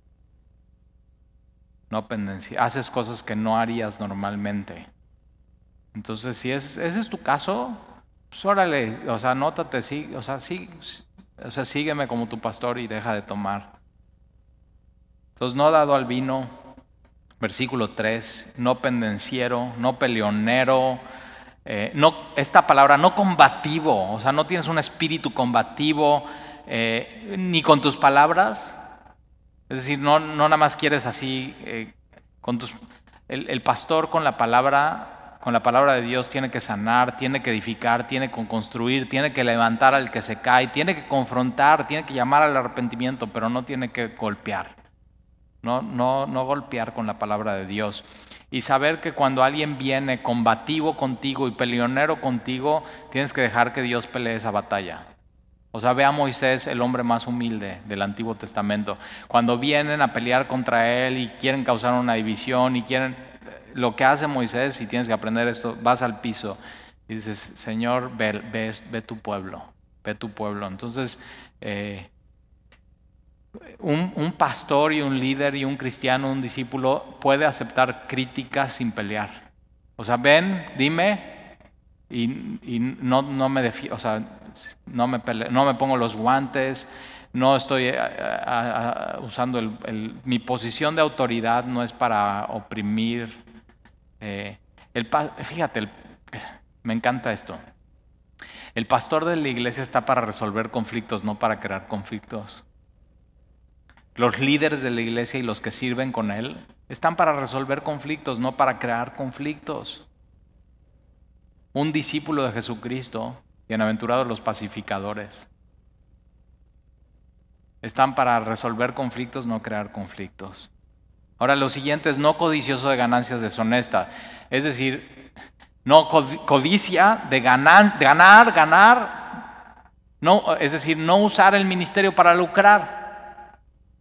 No pendencia, haces cosas que no harías normalmente. Entonces, si es, ese es tu caso, pues órale, o sea, nótate, sí, o sea, sí, o sea, sígueme como tu pastor y deja de tomar. Entonces, no dado al vino, versículo tres, no pendenciero, no peleonero, eh, no, esta palabra, no combativo, o sea, no tienes un espíritu combativo, eh, ni con tus palabras. Es decir, no, no nada más quieres así, eh, con tus, el, el pastor con la palabra, con la palabra de Dios tiene que sanar, tiene que edificar, tiene que construir, tiene que levantar al que se cae, tiene que confrontar, tiene que llamar al arrepentimiento, pero no tiene que golpear. No, no, no golpear con la palabra de Dios. Y saber que cuando alguien viene combativo contigo y peleonero contigo, tienes que dejar que Dios pelee esa batalla. O sea, ve a Moisés, el hombre más humilde del Antiguo Testamento. Cuando vienen a pelear contra él y quieren causar una división y quieren... Lo que hace Moisés, y tienes que aprender esto, vas al piso y dices, Señor, ve, ve, ve tu pueblo, ve tu pueblo. Entonces, eh, un, un pastor y un líder y un cristiano, un discípulo, puede aceptar críticas sin pelear. O sea, ven, dime, y, y no, no me defiendo, o sea, no me, pele, no me pongo los guantes, no estoy a, a, a, usando el, el, mi posición de autoridad no es para oprimir. Eh, el, fíjate, el, me encanta esto. El pastor de la iglesia está para resolver conflictos, no para crear conflictos. Los líderes de la iglesia y los que sirven con él están para resolver conflictos, no para crear conflictos. Un discípulo de Jesucristo, bienaventurados los pacificadores, están para resolver conflictos, no crear conflictos. Ahora, lo siguiente es no codicioso de ganancias deshonestas. Es decir, no codicia de ganar, ganar, ganar. No, es decir, no usar el ministerio para lucrar.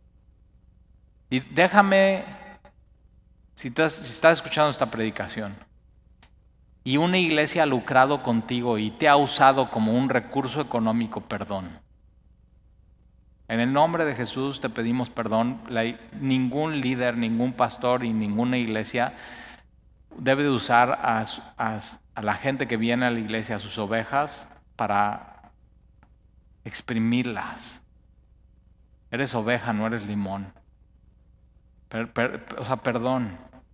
Y déjame, si estás, si estás escuchando esta predicación y una iglesia ha lucrado contigo y te ha usado como un recurso económico, perdón. En el nombre de Jesús te pedimos perdón. La, ningún líder, ningún pastor y ninguna iglesia debe de usar a, a, a la gente que viene a la iglesia, a sus ovejas, para exprimirlas. Eres oveja, no eres limón. Per, per, o sea, perdón.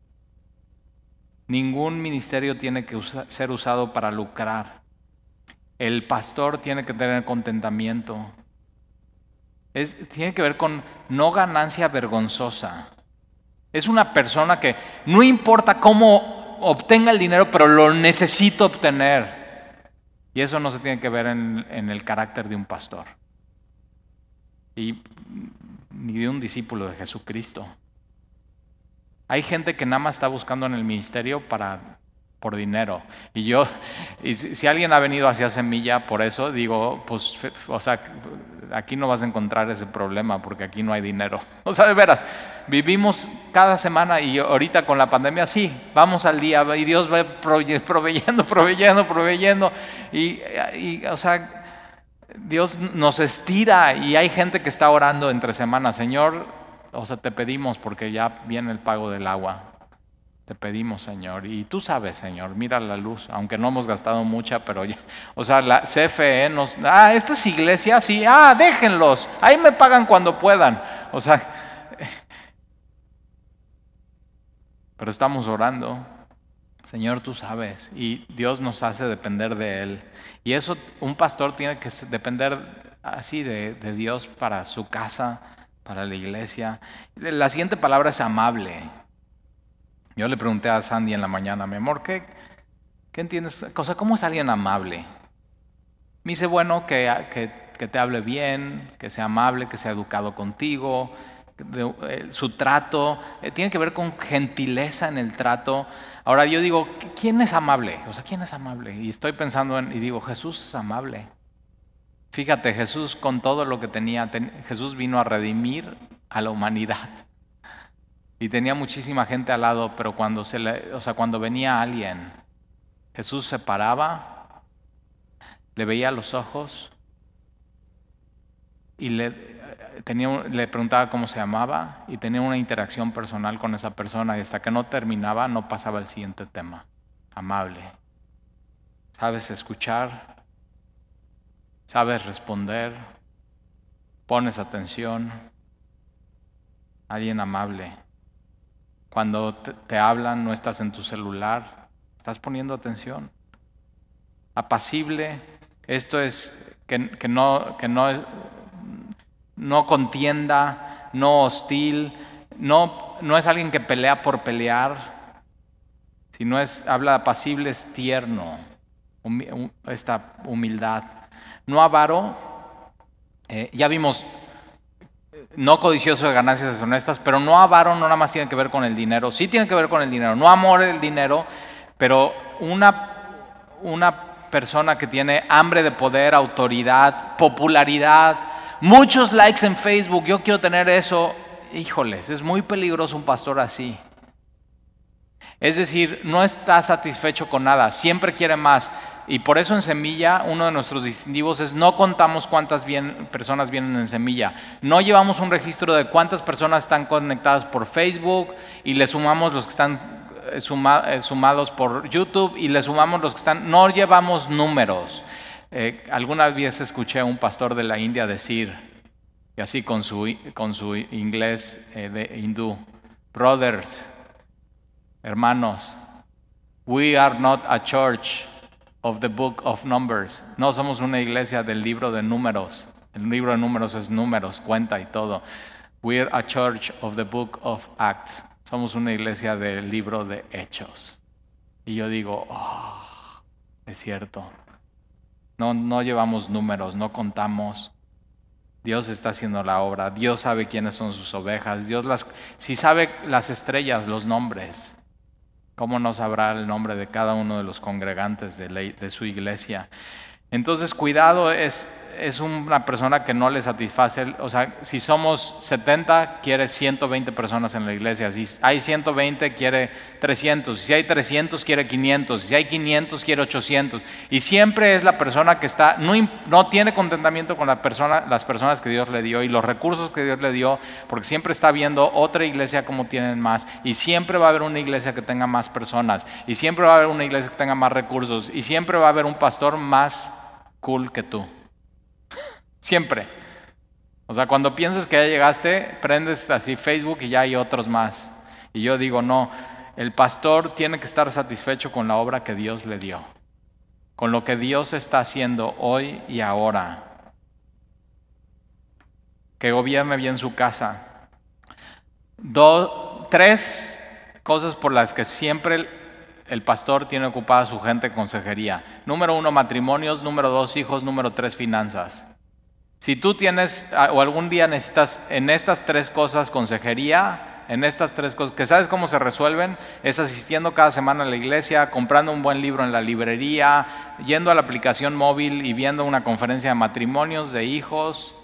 Ningún ministerio tiene que usa, ser usado para lucrar. El pastor tiene que tener contentamiento. Es, tiene que ver con no ganancia vergonzosa. Es una persona que no importa cómo obtenga el dinero, pero lo necesita obtener. Y eso no se tiene que ver en, en el carácter de un pastor. Y ni de un discípulo de Jesucristo. Hay gente que nada más está buscando en el ministerio para, por dinero. Y yo, y si, si alguien ha venido hacia Semilla por eso, digo, pues, o sea, aquí no vas a encontrar ese problema porque aquí no hay dinero. O sea, de veras, vivimos cada semana y ahorita con la pandemia, sí, vamos al día y Dios va proveyendo, proveyendo, proveyendo. Y, y o sea, Dios nos estira y hay gente que está orando entre semanas, Señor, o sea, te pedimos porque ya viene el pago del agua. Te pedimos, Señor. Y tú sabes, Señor, mira la luz, aunque no hemos gastado mucha, pero ya, o sea, la C F E nos, ah, esta es iglesia, sí, ah, déjenlos, ahí me pagan cuando puedan. O sea, pero estamos orando, Señor, tú sabes, y Dios nos hace depender de Él. Y eso, un pastor tiene que depender así de, de Dios para su casa, para la iglesia. La siguiente palabra es amable. Yo le pregunté a Sandy en la mañana, mi amor, ¿qué, qué entiendes? O sea, ¿cómo es alguien amable? Me dice, bueno, que, que, que te hable bien, que sea amable, que sea educado contigo, de, eh, su trato, eh, tiene que ver con gentileza en el trato. Ahora yo digo, ¿quién es amable? O sea, ¿quién es amable? Y estoy pensando en, y digo, Jesús es amable. Fíjate, Jesús con todo lo que tenía, ten, Jesús vino a redimir a la humanidad. Y tenía muchísima gente al lado, pero cuando, se le, o sea, cuando venía alguien, Jesús se paraba, le veía los ojos y le, tenía, le preguntaba cómo se llamaba y tenía una interacción personal con esa persona y hasta que no terminaba no pasaba al siguiente tema. Amable. Sabes escuchar, sabes responder, pones atención. Alguien amable. Cuando te, te hablan, no estás en tu celular, estás poniendo atención. Apacible, esto es que, que, no, que no, no contienda, no hostil, no, no es alguien que pelea por pelear, sino es, habla apacible, es tierno, hum, esta humildad. No avaro, eh, ya vimos, no codicioso de ganancias deshonestas, pero no avaro no nada más tiene que ver con el dinero, sí tiene que ver con el dinero, no amor el dinero, pero una, una persona que tiene hambre de poder, autoridad, popularidad, muchos likes en Facebook, yo quiero tener eso, híjoles, es muy peligroso un pastor así. Es decir, no está satisfecho con nada, siempre quiere más. Y por eso en Semilla, uno de nuestros distintivos es no contamos cuántas bien, personas vienen en Semilla. No llevamos un registro de cuántas personas están conectadas por Facebook y le sumamos los que están suma, eh, sumados por YouTube y le sumamos los que están... No llevamos números. Eh, alguna vez escuché a un pastor de la India decir, Y así con su, con su inglés eh, de hindú. Brothers, hermanos, we are not a church of the book of Numbers. No somos una iglesia del libro de números. El libro de números es números, cuenta y todo. We are a church of the book of Acts. Somos una iglesia del libro de Hechos. Y yo digo, oh, es cierto. No, no llevamos números, no contamos. Dios está haciendo la obra. Dios sabe quiénes son sus ovejas. Dios las, si sabe las estrellas, los nombres, ¿cómo no sabrá el nombre de cada uno de los congregantes de, la, de su iglesia? Entonces, cuidado, es, es una persona que no le satisface. O sea, si somos setenta, quiere ciento veinte personas en la iglesia. Si hay ciento veinte, quiere trescientos. Si hay trescientos, quiere quinientos. Si hay quinientos, quiere ochocientos. Y siempre es la persona que está, no, no tiene contentamiento con la persona, las personas que Dios le dio y los recursos que Dios le dio, porque siempre está viendo otra iglesia como tienen más. Y siempre va a haber una iglesia que tenga más personas. Y siempre va a haber una iglesia que tenga más recursos. Y siempre va a haber un pastor más cool que tú. Siempre. O sea, cuando piensas que ya llegaste, prendes así Facebook y ya hay otros más. Y yo digo, no, el pastor tiene que estar satisfecho con la obra que Dios le dio, con lo que Dios está haciendo hoy y ahora. Que gobierne bien su casa. Do, tres cosas por las que siempre el pastor tiene ocupada a su gente en consejería. Número uno, matrimonios. Número dos, hijos. Número tres, finanzas. Si tú tienes o algún día necesitas en estas tres cosas consejería, en estas tres cosas, que sabes cómo se resuelven, es asistiendo cada semana a la iglesia, comprando un buen libro en la librería, yendo a la aplicación móvil y viendo una conferencia de matrimonios, de hijos.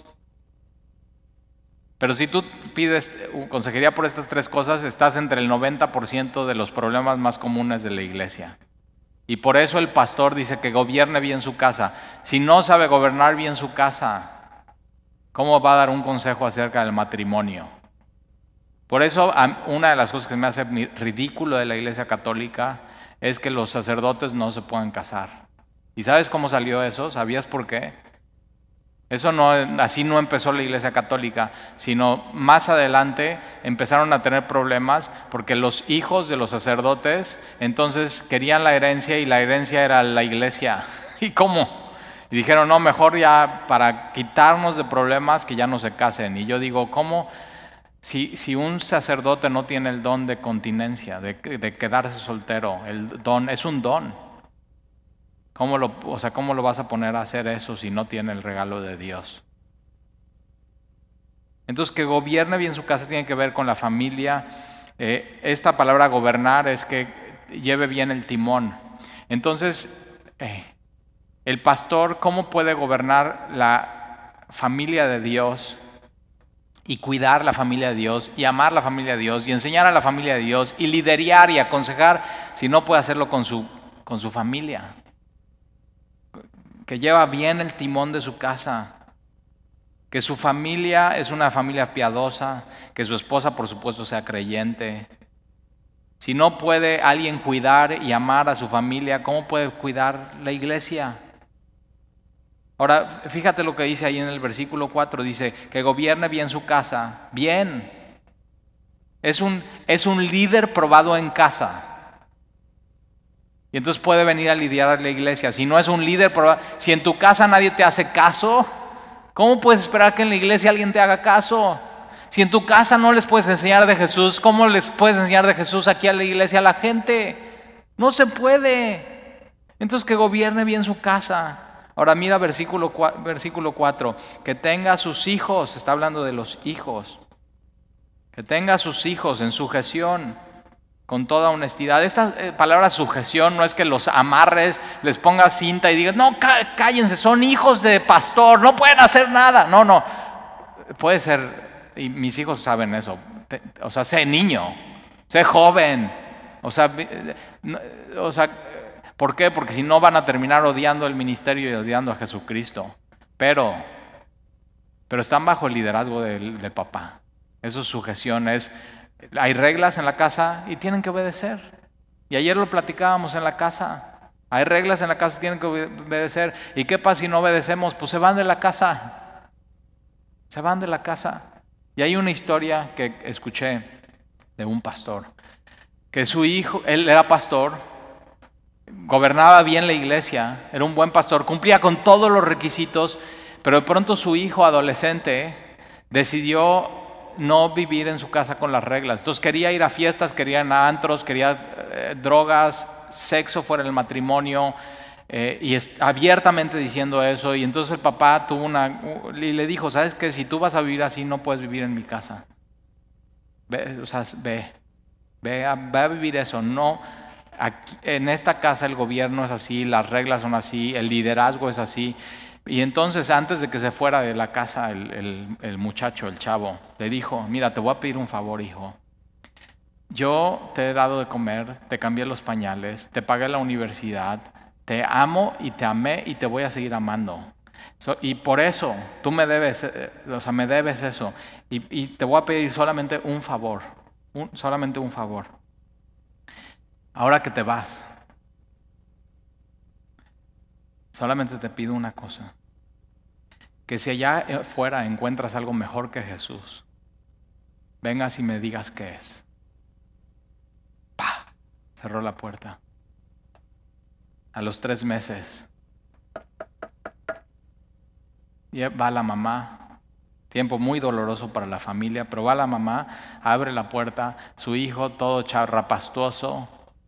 Pero si tú pides consejería por estas tres cosas, estás entre el noventa por ciento de los problemas más comunes de la iglesia. Y por eso el pastor dice que gobierne bien su casa. Si no sabe gobernar bien su casa, ¿cómo va a dar un consejo acerca del matrimonio? Por eso una de las cosas que me hace ridículo de la iglesia católica es que los sacerdotes no se pueden casar. ¿Y sabes cómo salió eso? ¿Sabías por qué? Eso no, así no empezó la iglesia católica, sino más adelante empezaron a tener problemas porque los hijos de los sacerdotes entonces querían la herencia y la herencia era la iglesia. ¿Y cómo? Y dijeron, no, mejor ya para quitarnos de problemas que ya no se casen. Y yo digo, ¿cómo? Si, si un sacerdote no tiene el don de continencia, de, de quedarse soltero, el don es un don. ¿Cómo lo, o sea, ¿cómo lo vas a poner a hacer eso si no tiene el regalo de Dios? Entonces, que gobierne bien su casa tiene que ver con la familia. Eh, esta palabra gobernar es que lleve bien el timón. Entonces, eh, el pastor, ¿cómo puede gobernar la familia de Dios y cuidar la familia de Dios y amar la familia de Dios y enseñar a la familia de Dios y liderar y aconsejar si no puede hacerlo con su, con su familia? Que lleva bien el timón de su casa, que su familia es una familia piadosa, que su esposa por supuesto sea creyente. Si no puede alguien cuidar y amar a su familia, ¿cómo puede cuidar la iglesia? Ahora, fíjate lo que dice ahí en el versículo cuatro, dice que gobierne bien su casa, bien. Es un, es un líder probado en casa. Y entonces puede venir a lidiar a la iglesia. Si no es un líder, si en tu casa nadie te hace caso, ¿cómo puedes esperar que en la iglesia alguien te haga caso? Si en tu casa no les puedes enseñar de Jesús, ¿cómo les puedes enseñar de Jesús aquí a la iglesia a la gente? No se puede. Entonces que gobierne bien su casa. Ahora mira versículo cuatro, que tenga a sus hijos, está hablando de los hijos, que tenga a sus hijos en sujeción, con toda honestidad. Esta eh, palabra sujeción no es que los amarres, les pongas cinta y digas, no, cá- cállense, son hijos de pastor, no pueden hacer nada. No, no, puede ser, y mis hijos saben eso, te, o sea, sé niño, sé joven, o sea, no, o sea, ¿por qué? Porque si no van a terminar odiando el ministerio y odiando a Jesucristo. Pero, pero están bajo el liderazgo del, del papá. Eso es sujeción, es... Hay reglas en la casa y tienen que obedecer. Y ayer lo platicábamos en la casa. Hay reglas en la casa y tienen que obedecer. ¿Y qué pasa si no obedecemos? Pues se van de la casa. Se van de la casa. Y hay una historia que escuché de un pastor, que su hijo, él era pastor, gobernaba bien la iglesia, era un buen pastor, cumplía con todos los requisitos, pero de pronto su hijo adolescente decidió no vivir en su casa con las reglas. Entonces quería ir a fiestas, quería ir a antros, quería eh, drogas, sexo fuera del matrimonio, eh, y es, abiertamente diciendo eso. Y entonces el papá tuvo una, y le dijo, ¿sabes qué? Si tú vas a vivir así, no puedes vivir en mi casa. Ve, o sea, ve, ve a, ve a vivir eso. No, aquí, en esta casa el gobierno es así, las reglas son así, el liderazgo es así. Y entonces antes de que se fuera de la casa el, el, el muchacho, el chavo, le dijo, mira, te voy a pedir un favor, hijo. Yo te he dado de comer, te cambié los pañales, te pagué la universidad, te amo y te amé y te voy a seguir amando. So, y por eso tú me debes, eh, o sea, me debes eso. Y, y te voy a pedir solamente un favor, un, solamente un favor. Ahora que te vas, solamente te pido una cosa. Que si allá fuera encuentras algo mejor que Jesús, vengas y me digas qué es. ¡Pah! Cerró la puerta. A los tres meses, va la mamá. Tiempo muy doloroso para la familia, pero va la mamá, abre la puerta, su hijo todo charrapastoso.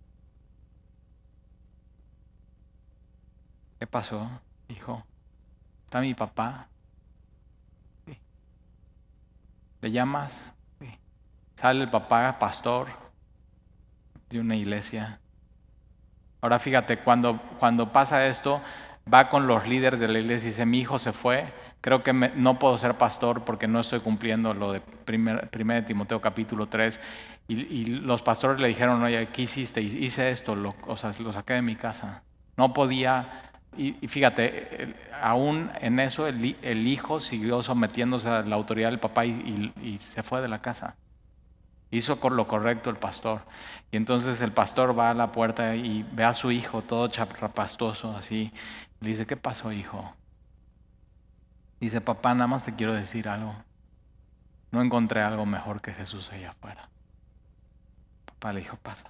¿Qué pasó, hijo? ¿Está mi papá? Sí. ¿Le llamas? Sí. Sale el papá, pastor de una iglesia. Ahora fíjate, cuando, cuando pasa esto, va con los líderes de la iglesia y dice, mi hijo se fue, creo que me, no puedo ser pastor porque no estoy cumpliendo lo de primer, primer de Timoteo capítulo tres. Y, y los pastores le dijeron, oye, ¿qué hiciste? Hice esto, lo, o sea, lo saqué de mi casa. No podía. Y, y fíjate, el, aún en eso el, el hijo siguió sometiéndose a la autoridad del papá y, y, y se fue de la casa. Hizo con lo correcto el pastor. Y entonces el pastor va a la puerta y ve a su hijo todo chaprapastoso así. Le dice, ¿qué pasó, hijo? Dice, papá, nada más te quiero decir algo. No encontré algo mejor que Jesús allá afuera. Papá le dijo, pasa.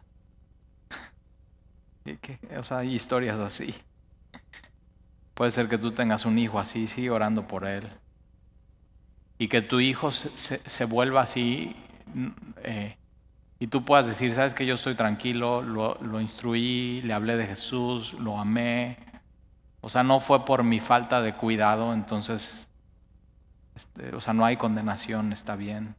¿Y qué? O sea, hay historias así. Puede ser que tú tengas un hijo así, sigue orando por él. Y que tu hijo se, se, se vuelva así, eh, y tú puedas decir, sabes que yo estoy tranquilo, lo, lo instruí, le hablé de Jesús, lo amé. O sea, no fue por mi falta de cuidado, entonces, este, o sea, no hay condenación, está bien.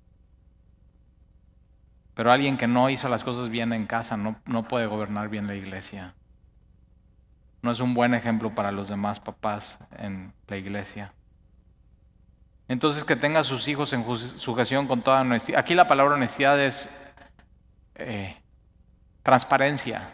Pero alguien que no hizo las cosas bien en casa no, no puede gobernar bien la iglesia. No es un buen ejemplo para los demás papás en la iglesia. Entonces, que tenga a sus hijos en sujeción con toda honestidad. Aquí la palabra honestidad es eh, transparencia.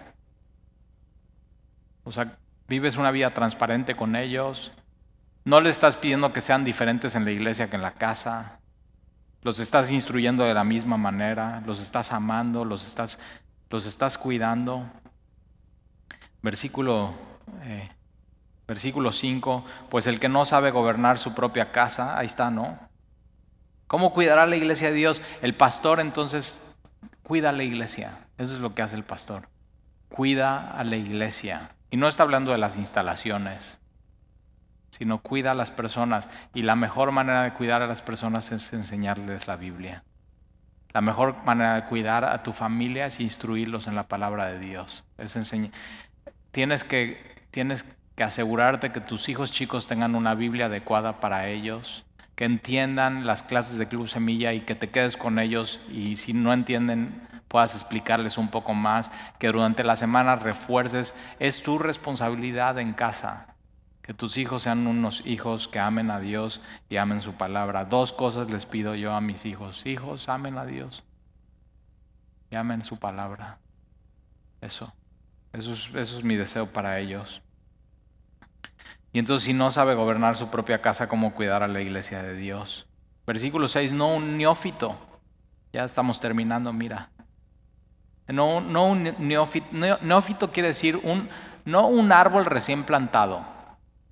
O sea, vives una vida transparente con ellos. No le estás pidiendo que sean diferentes en la iglesia que en la casa. Los estás instruyendo de la misma manera. Los estás amando, los estás, los estás cuidando. Versículo... Eh, Versículo cinco, pues el que no sabe gobernar su propia casa, ahí está, ¿no? ¿Cómo cuidará la iglesia de Dios? El pastor entonces cuida a la iglesia. Eso es lo que hace el pastor. Cuida a la iglesia. Y no está hablando de las instalaciones, sino cuida a las personas. Y la mejor manera de cuidar a las personas es enseñarles la Biblia. La mejor manera de cuidar a tu familia es instruirlos en la palabra de Dios. Es enseñar. Tienes que, tienes que que asegurarte que tus hijos chicos tengan una Biblia adecuada para ellos, que entiendan las clases de Club Semilla y que te quedes con ellos y si no entienden puedas explicarles un poco más, que durante la semana refuerces. Es tu responsabilidad en casa, que tus hijos sean unos hijos que amen a Dios y amen su palabra. Dos cosas les pido yo a mis hijos. Hijos, amen a Dios y amen su palabra. Eso, eso es, eso es mi deseo para ellos. Y entonces si no sabe gobernar su propia casa, ¿cómo cuidar a la iglesia de Dios? Versículo seis, no un neófito. Ya estamos terminando, mira. No, no un neófito, neófito quiere decir un, no un árbol recién plantado.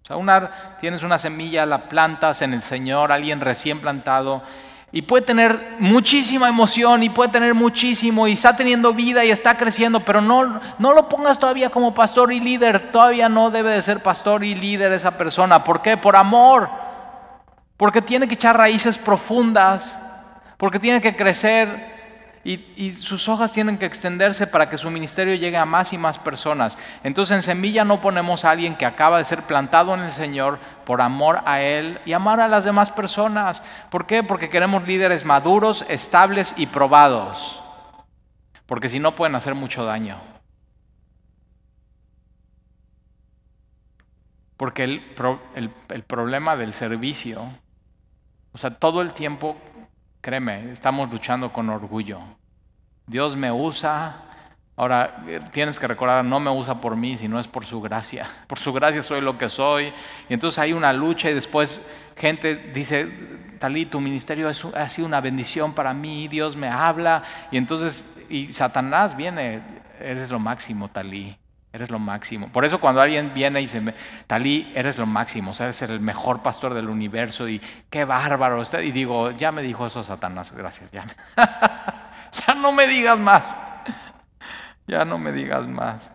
O sea, una, tienes una semilla, la plantas en el Señor, alguien recién plantado, y puede tener muchísima emoción y puede tener muchísimo y está teniendo vida y está creciendo, pero no, no lo pongas todavía como pastor y líder. Todavía no debe de ser pastor y líder esa persona. ¿Por qué? Por amor. Porque tiene que echar raíces profundas, porque tiene que crecer y, y sus hojas tienen que extenderse para que su ministerio llegue a más y más personas. Entonces en semilla no ponemos a alguien que acaba de ser plantado en el Señor por amor a Él y amar a las demás personas. ¿Por qué? Porque queremos líderes maduros, estables y probados. Porque si no pueden hacer mucho daño. Porque el, pro, el, el problema del servicio, o sea, todo el tiempo, créeme, estamos luchando con orgullo. Dios me usa. Ahora, tienes que recordar, no me usa por mí, sino es por su gracia. Por su gracia soy lo que soy. Y entonces hay una lucha y después gente dice, Talí, tu ministerio es, ha sido una bendición para mí, Dios me habla. Y entonces, y Satanás viene, eres lo máximo, Talí. Eres lo máximo. Por eso cuando alguien viene y dice, Talí, eres lo máximo, o sea, eres el mejor pastor del universo y qué bárbaro. Y digo, ya me dijo eso Satanás, gracias, ya. Ya no me digas más. Ya no me digas más.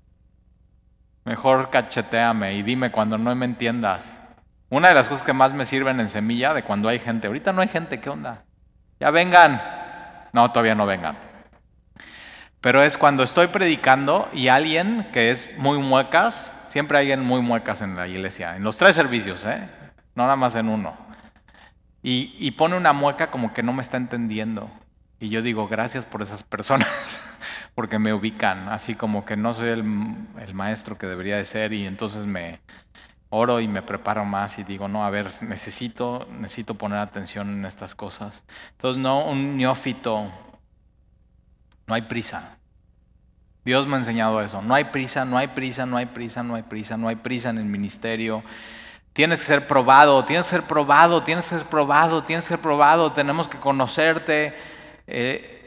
Mejor cachetéame y dime cuando no me entiendas. Una de las cosas que más me sirven en semilla de cuando hay gente. Ahorita no hay gente, ¿qué onda? Ya vengan. No, todavía no vengan. Pero es cuando estoy predicando y alguien que es muy muecas, siempre hay alguien muy muecas en la iglesia, en los tres servicios, ¿eh? No nada más en uno. Y, y pone una mueca como que no me está entendiendo. Y yo digo, gracias por esas personas, porque me ubican, así como que no soy el, el maestro que debería de ser y entonces me oro y me preparo más y digo, no, a ver, necesito, necesito poner atención en estas cosas. Entonces, no, un neófito, no hay prisa. Dios me ha enseñado eso, no hay prisa, no hay prisa, no hay prisa, no hay prisa, no hay prisa en el ministerio. Tienes que ser probado, tienes que ser probado, tienes que ser probado, tienes que ser probado, tenemos que conocerte. Eh,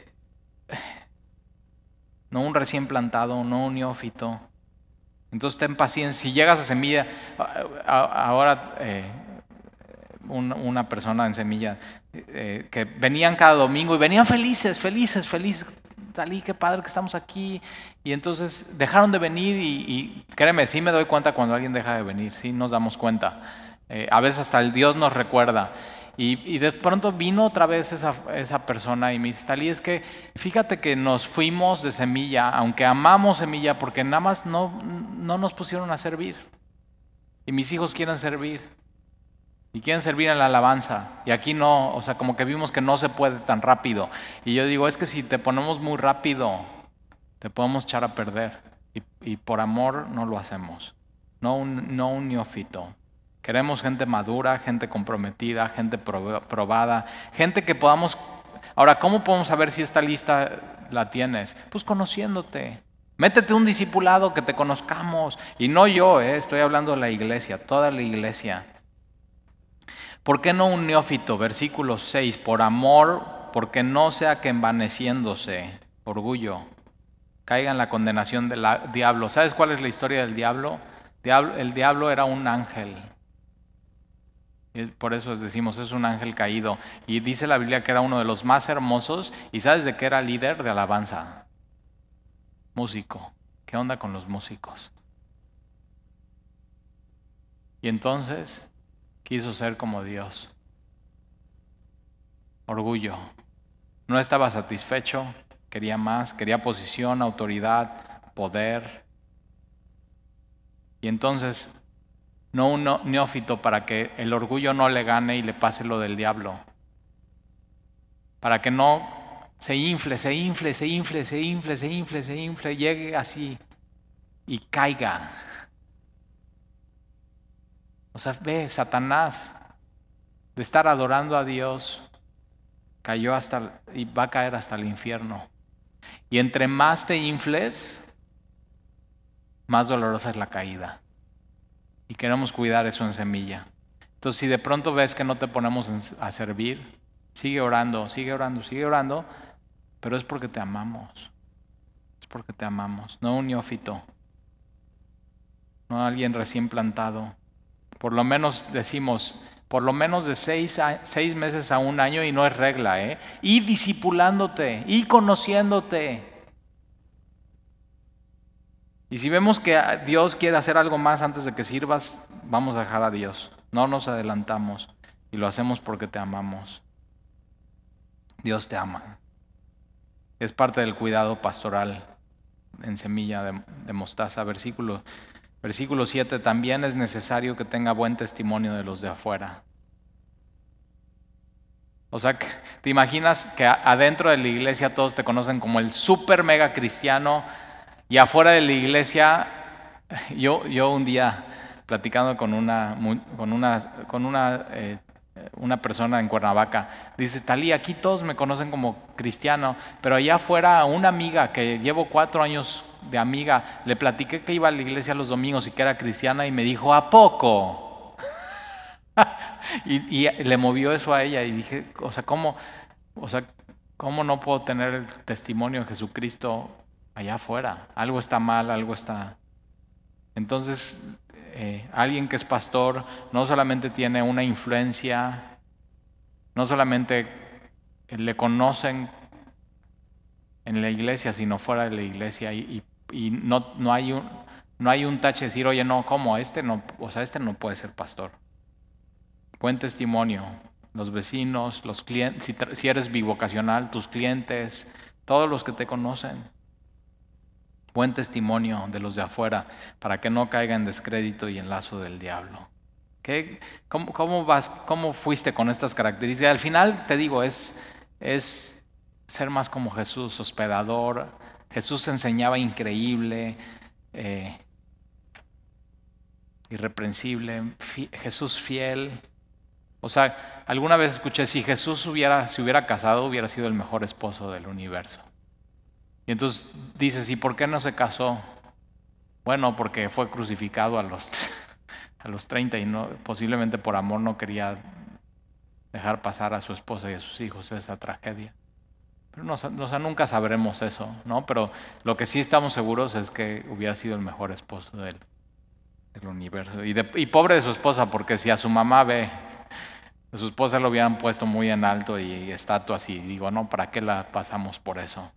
no un recién plantado, no un neófito. Entonces ten paciencia. Si llegas a semilla, ahora eh, un, una persona en semilla eh, que venían cada domingo y venían felices, felices, felices. Talí, qué padre que estamos aquí. Y entonces dejaron de venir y, y créeme, sí me doy cuenta cuando alguien deja de venir, sí nos damos cuenta. Eh, a veces hasta el Dios nos recuerda. Y, y de pronto vino otra vez esa, esa persona y me dice, Talí, es que fíjate que nos fuimos de semilla, aunque amamos semilla, porque nada más no, no nos pusieron a servir. Y mis hijos quieren servir. Y quieren servir en la alabanza. Y aquí no, o sea, como que vimos que no se puede tan rápido. Y yo digo, es que si te ponemos muy rápido, te podemos echar a perder. Y, y por amor no lo hacemos. No un, no un neófito. Queremos gente madura, gente comprometida, gente probada, gente que podamos... Ahora, ¿cómo podemos saber si esta lista la tienes? Pues conociéndote. Métete un discipulado que te conozcamos. Y no yo, eh, estoy hablando de la iglesia, toda la iglesia. ¿Por qué no un neófito? Versículo seis, por amor, porque no sea que envaneciéndose, orgullo, caiga en la condenación del diablo. ¿Sabes cuál es la historia del diablo? El diablo era un ángel. Por eso decimos, es un ángel caído. Y dice la Biblia que era uno de los más hermosos. ¿Y sabes de qué era líder? De alabanza. Músico. ¿Qué onda con los músicos? Y entonces quiso ser como Dios. Orgullo. No estaba satisfecho, quería más, quería posición, autoridad, poder. Y entonces, no un neófito para que el orgullo no le gane y le pase lo del diablo. Para que no se infle, se infle, se infle, se infle, se infle, se infle, llegue así y caiga. O sea, ve, Satanás, de estar adorando a Dios, cayó hasta y va a caer hasta el infierno. Y entre más te infles, más dolorosa es la caída. Y queremos cuidar eso en semilla. Entonces, si de pronto ves que no te ponemos a servir, sigue orando, sigue orando, sigue orando, pero es porque te amamos. Es porque te amamos, no un neófito, no alguien recién plantado. Por lo menos decimos, por lo menos de seis, a, seis meses a un año, y no es regla, ¿eh? Y discipulándote, y conociéndote. Y si vemos que Dios quiere hacer algo más antes de que sirvas, vamos a dejar a Dios. No nos adelantamos y lo hacemos porque te amamos. Dios te ama. Es parte del cuidado pastoral en semilla de, de mostaza. Versículo, versículo siete, también es necesario que tenga buen testimonio de los de afuera. O sea, ¿te imaginas que adentro de la iglesia todos te conocen como el super mega cristiano? Y afuera de la iglesia, yo, yo un día platicando con una, con una, con una, eh, una persona en Cuernavaca, dice, Talí, aquí todos me conocen como cristiano, pero allá afuera una amiga que llevo cuatro años de amiga, le platiqué que iba a la iglesia los domingos y que era cristiana y me dijo, ¿a poco? y, y le movió eso a ella y dije, o sea, ¿cómo, o sea, ¿cómo no puedo tener el testimonio de Jesucristo allá afuera? Algo está mal, algo está... Entonces, eh, alguien que es pastor no solamente tiene una influencia, no solamente le conocen en la iglesia, sino fuera de la iglesia, y, y, y no, no, hay un, no hay un tache de decir, oye, no, ¿cómo? Este no, o sea, este no puede ser pastor. Buen testimonio, los vecinos, los clientes, si, si eres bivocacional, tus clientes, todos los que te conocen. Buen testimonio de los de afuera, para que no caiga en descrédito y en lazo del diablo. ¿Qué? ¿Cómo, cómo, vas, ¿Cómo fuiste con estas características? Al final, te digo, es, es ser más como Jesús, hospedador. Jesús enseñaba increíble, eh, irreprensible, fi, Jesús fiel. O sea, alguna vez escuché, si Jesús hubiera, se hubiera casado, hubiera sido el mejor esposo del universo. Y entonces dices, ¿y por qué no se casó? Bueno, porque fue crucificado a los, a los treinta y no, posiblemente por amor no quería dejar pasar a su esposa y a sus hijos esa tragedia. Pero no, o sea, nunca sabremos eso, ¿no? Pero lo que sí estamos seguros es que hubiera sido el mejor esposo del, del universo. Y, de, y pobre de su esposa, porque si a su mamá ve, a su esposa lo hubieran puesto muy en alto y estatuas, y digo, no, ¿para qué la pasamos por eso?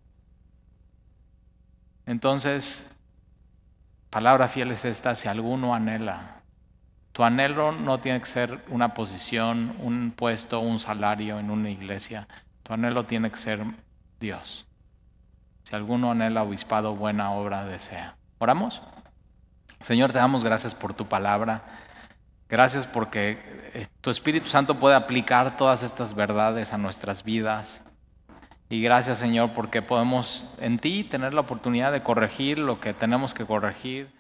Entonces, palabra fiel es esta, si alguno anhela. Tu anhelo no tiene que ser una posición, un puesto, un salario en una iglesia. Tu anhelo tiene que ser Dios. Si alguno anhela obispado, buena obra desea. ¿Oramos? Señor, te damos gracias por tu palabra. Gracias porque tu Espíritu Santo puede aplicar todas estas verdades a nuestras vidas. Y gracias, Señor, porque podemos en ti tener la oportunidad de corregir lo que tenemos que corregir.